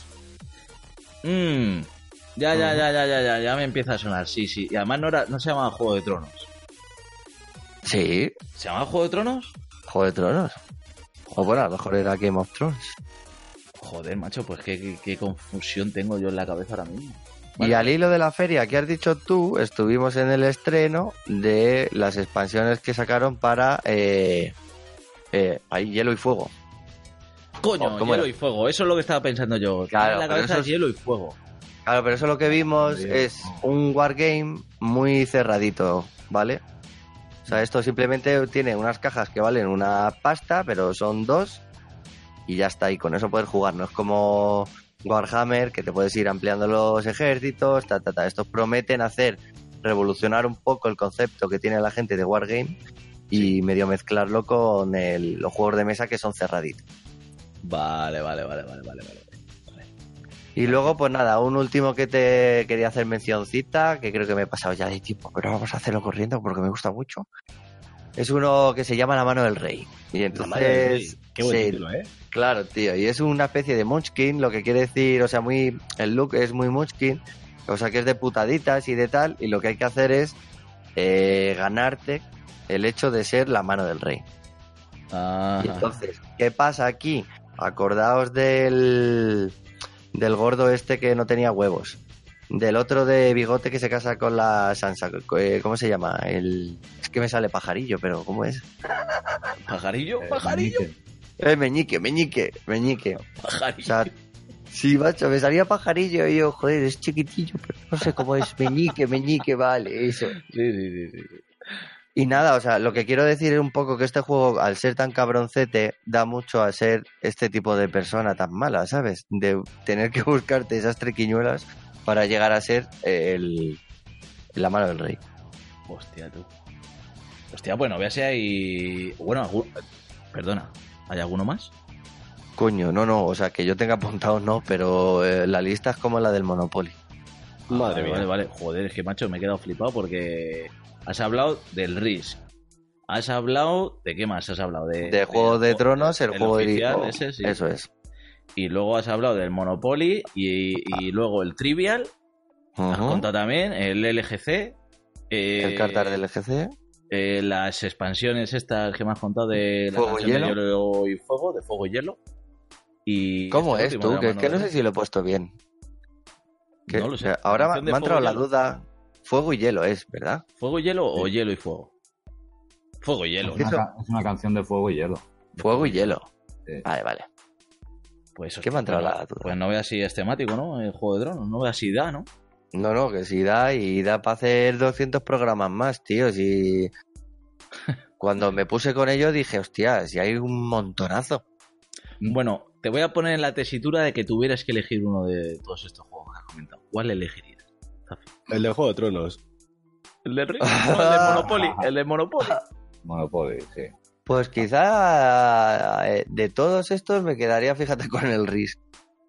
Ya me empieza a sonar, sí. Y además no se llamaba Juego de Tronos. Sí. ¿Se llamaba Juego de Tronos? Juego de Tronos. O bueno, a lo mejor era Game of Thrones. Joder, macho, pues qué confusión tengo yo en la cabeza ahora mismo. Vale. Y al hilo de la feria que has dicho tú, estuvimos en el estreno de las expansiones que sacaron para Hielo y Fuego. Coño, Hielo y Fuego, eso es lo que estaba pensando yo. Claro, en la cabeza es Hielo y Fuego. Claro, pero eso lo que vimos es un wargame muy cerradito, ¿vale? O sea, esto simplemente tiene unas cajas que valen una pasta, pero son 2. y ya está, y con eso puedes jugar. No es como Warhammer, que te puedes ir ampliando los ejércitos, Estos prometen revolucionar un poco el concepto que tiene la gente de Wargame y medio mezclarlo con los juegos de mesa que son cerraditos. Vale. Y luego, pues nada, un último que te quería hacer mencioncita, que creo que me he pasado ya de tiempo, pero vamos a hacerlo corriendo porque me gusta mucho. Es uno que se llama La Mano del Rey. Y entonces... Qué buen título, ¿eh? Claro, tío. Y es una especie de Munchkin, lo que quiere decir, o sea, el look es muy Munchkin, o sea, que es de putaditas y de tal, y lo que hay que hacer es ganarte el hecho de ser la mano del rey. Ajá. Y entonces, ¿qué pasa aquí? Acordaos del gordo este que no tenía huevos. Del otro de bigote que se casa con la Sansa. ¿Cómo se llama? Es que me sale pajarillo, pero ¿cómo es? ¿Pajarillo? Meñique. Pajarillo. O sea, sí, macho, me salía pajarillo y yo, joder, es chiquitillo, pero no sé cómo es. Meñique, vale, eso. Sí. Y nada, o sea, lo que quiero decir es un poco que este juego, al ser tan cabroncete, da mucho a ser este tipo de persona tan mala, ¿sabes? De tener que buscarte esas triquiñuelas para llegar a ser la mano del rey. Hostia, tú. Hostia, bueno, voy a si hay... Bueno, perdona, ¿hay alguno más? Coño, no, o sea, que yo tenga apuntado no, pero la lista es como la del Monopoly. Madre mía. Vale. Joder, es que, macho, me he quedado flipado porque has hablado del Risk. Has hablado... ¿De qué más has hablado? De Juego de Tronos, el juego oficial, ese, sí. Eso es. Y luego has hablado del Monopoly y luego el Trivial. Has contado también el LGC. El Cartar del LGC. Las expansiones estas que me has contado de Fuego y Hielo. De Fuego y Hielo. Y ¿cómo es tú? Que no sé si lo he puesto bien. No lo sé. Ahora me ha entrado la duda. Fuego y Hielo es, ¿verdad? ¿Fuego y Hielo o Hielo y Fuego? Fuego y Hielo. Es una canción de Fuego y Hielo. Fuego y Hielo. Sí. Vale. Pues ¿qué me ha entrado la duda? Pues no veas si es temático, ¿no? El Juego de Tronos. No veas si da, ¿no? No, que sí da y da para hacer 200 programas más, tío. Si... Cuando me puse con ello dije, hostia, si hay un montonazo. Bueno, te voy a poner en la tesitura de que tuvieras que elegir uno de todos estos juegos que has comentado. ¿Cuál elegirías? El de Juego de Tronos. ¿El de Risk? No, el de Monopoly. El de Monopoly. Monopoly, sí. Pues quizá de todos estos me quedaría, fíjate, con el Risk.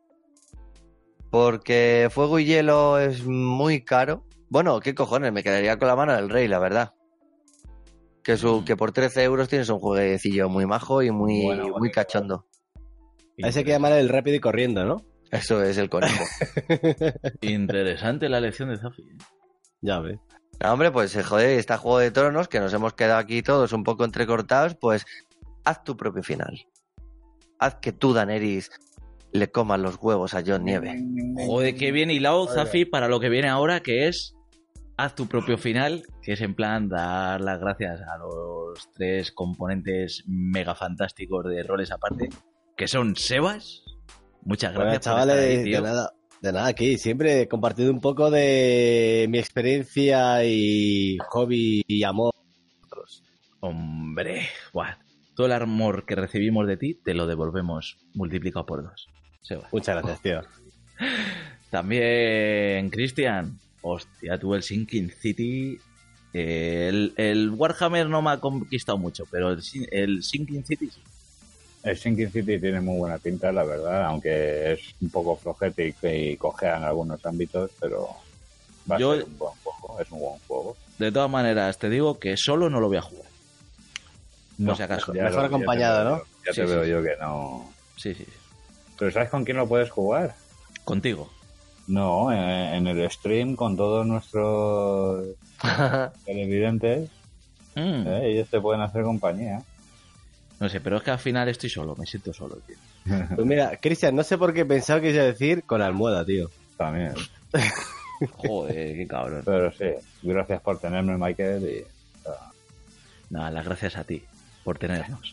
Porque Fuego y Hielo es muy caro. Bueno, ¿qué cojones? Me quedaría con la mano del rey, la verdad. Que por 13 euros tienes un jueguecillo muy majo y muy cachondo. Ese que llamar el rápido y corriendo, ¿no? Eso es el conejo. Interesante la elección de Zafi. Ya ves. No, hombre, pues joder, está Juego de Tronos, que nos hemos quedado aquí todos un poco entrecortados, pues haz tu propio final. Haz que tú, Daenerys, le comas los huevos a Jon Nieve. Joder, qué bien hilado, Zafi, para lo que viene ahora, que es haz tu propio final, que es en plan dar las gracias a los 3 componentes mega fantásticos de roles aparte, que son Sebas. Muchas gracias, chavales, por estar ahí, tío. De nada, aquí siempre he compartido un poco de mi experiencia y hobby y amor. Hombre, guau. Todo el amor que recibimos de ti te lo devolvemos multiplicado por 2. Sebas. Muchas gracias, tío. También, Cristian. Hostia, tú el Sinking City. El Warhammer no me ha conquistado mucho, pero el Sinking City sí. El Sinking City tiene muy buena pinta, la verdad, aunque es un poco flojete y cojea en algunos ámbitos, pero va a ser un buen juego, es un buen juego. De todas maneras, te digo que solo no lo voy a jugar. No, si acaso. Mejor acompañado, ¿no? Ya te veo yo que no. Sí. ¿Pero sabes con quién lo puedes jugar? Contigo. No, en el stream con todos nuestros televidentes. Ellos te pueden hacer compañía. No sé, pero es que al final estoy solo, me siento solo, tío. Pues mira, Cristian, no sé por qué pensaba que iba a decir con almohada, tío. También. Joder, qué cabrón. Pero sí, gracias por tenerme, Michael. Y... Nada, las gracias a ti por tenernos.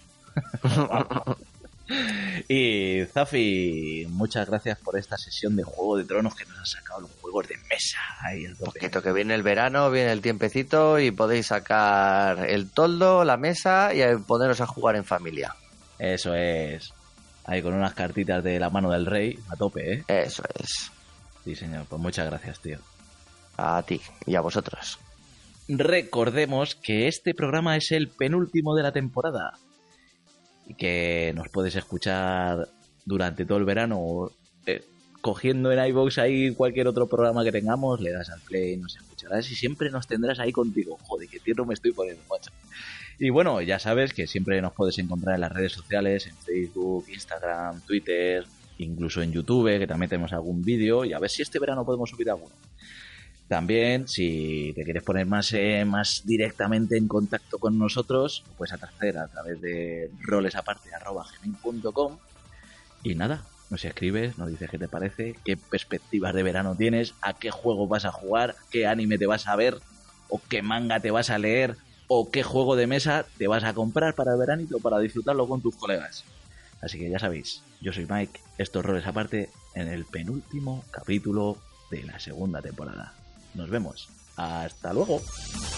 Y Zafi, muchas gracias por esta sesión de Juego de Tronos que nos han sacado los juegos de mesa. Ahí el poquito que viene el verano, viene el tiempecito y podéis sacar el toldo, la mesa y poneros a jugar en familia. Eso es. Ahí con unas cartitas de la mano del rey a tope, ¿eh? Eso es. Sí, señor. Pues muchas gracias, tío. A ti y a vosotros. Recordemos que este programa es el penúltimo de la temporada y que nos puedes escuchar durante todo el verano cogiendo en iVoox ahí cualquier otro programa que tengamos, le das al play, nos escucharás y siempre nos tendrás ahí contigo. Joder, qué tierno me estoy poniendo, macho. Y bueno, ya sabes que siempre nos puedes encontrar en las redes sociales, en Facebook, Instagram, Twitter, incluso en YouTube, que también tenemos algún vídeo, y a ver si este verano podemos subir alguno. También, si te quieres poner más directamente en contacto con nosotros, lo puedes hacer a través de rolesaparte@gmail.com. Y nada, nos escribes, nos dices qué te parece, qué perspectivas de verano tienes, a qué juego vas a jugar, qué anime te vas a ver, o qué manga te vas a leer, o qué juego de mesa te vas a comprar para el veranito para disfrutarlo con tus colegas. Así que ya sabéis, yo soy Mike, esto es Roles Aparte en el penúltimo capítulo de la segunda temporada. Nos vemos. Hasta luego.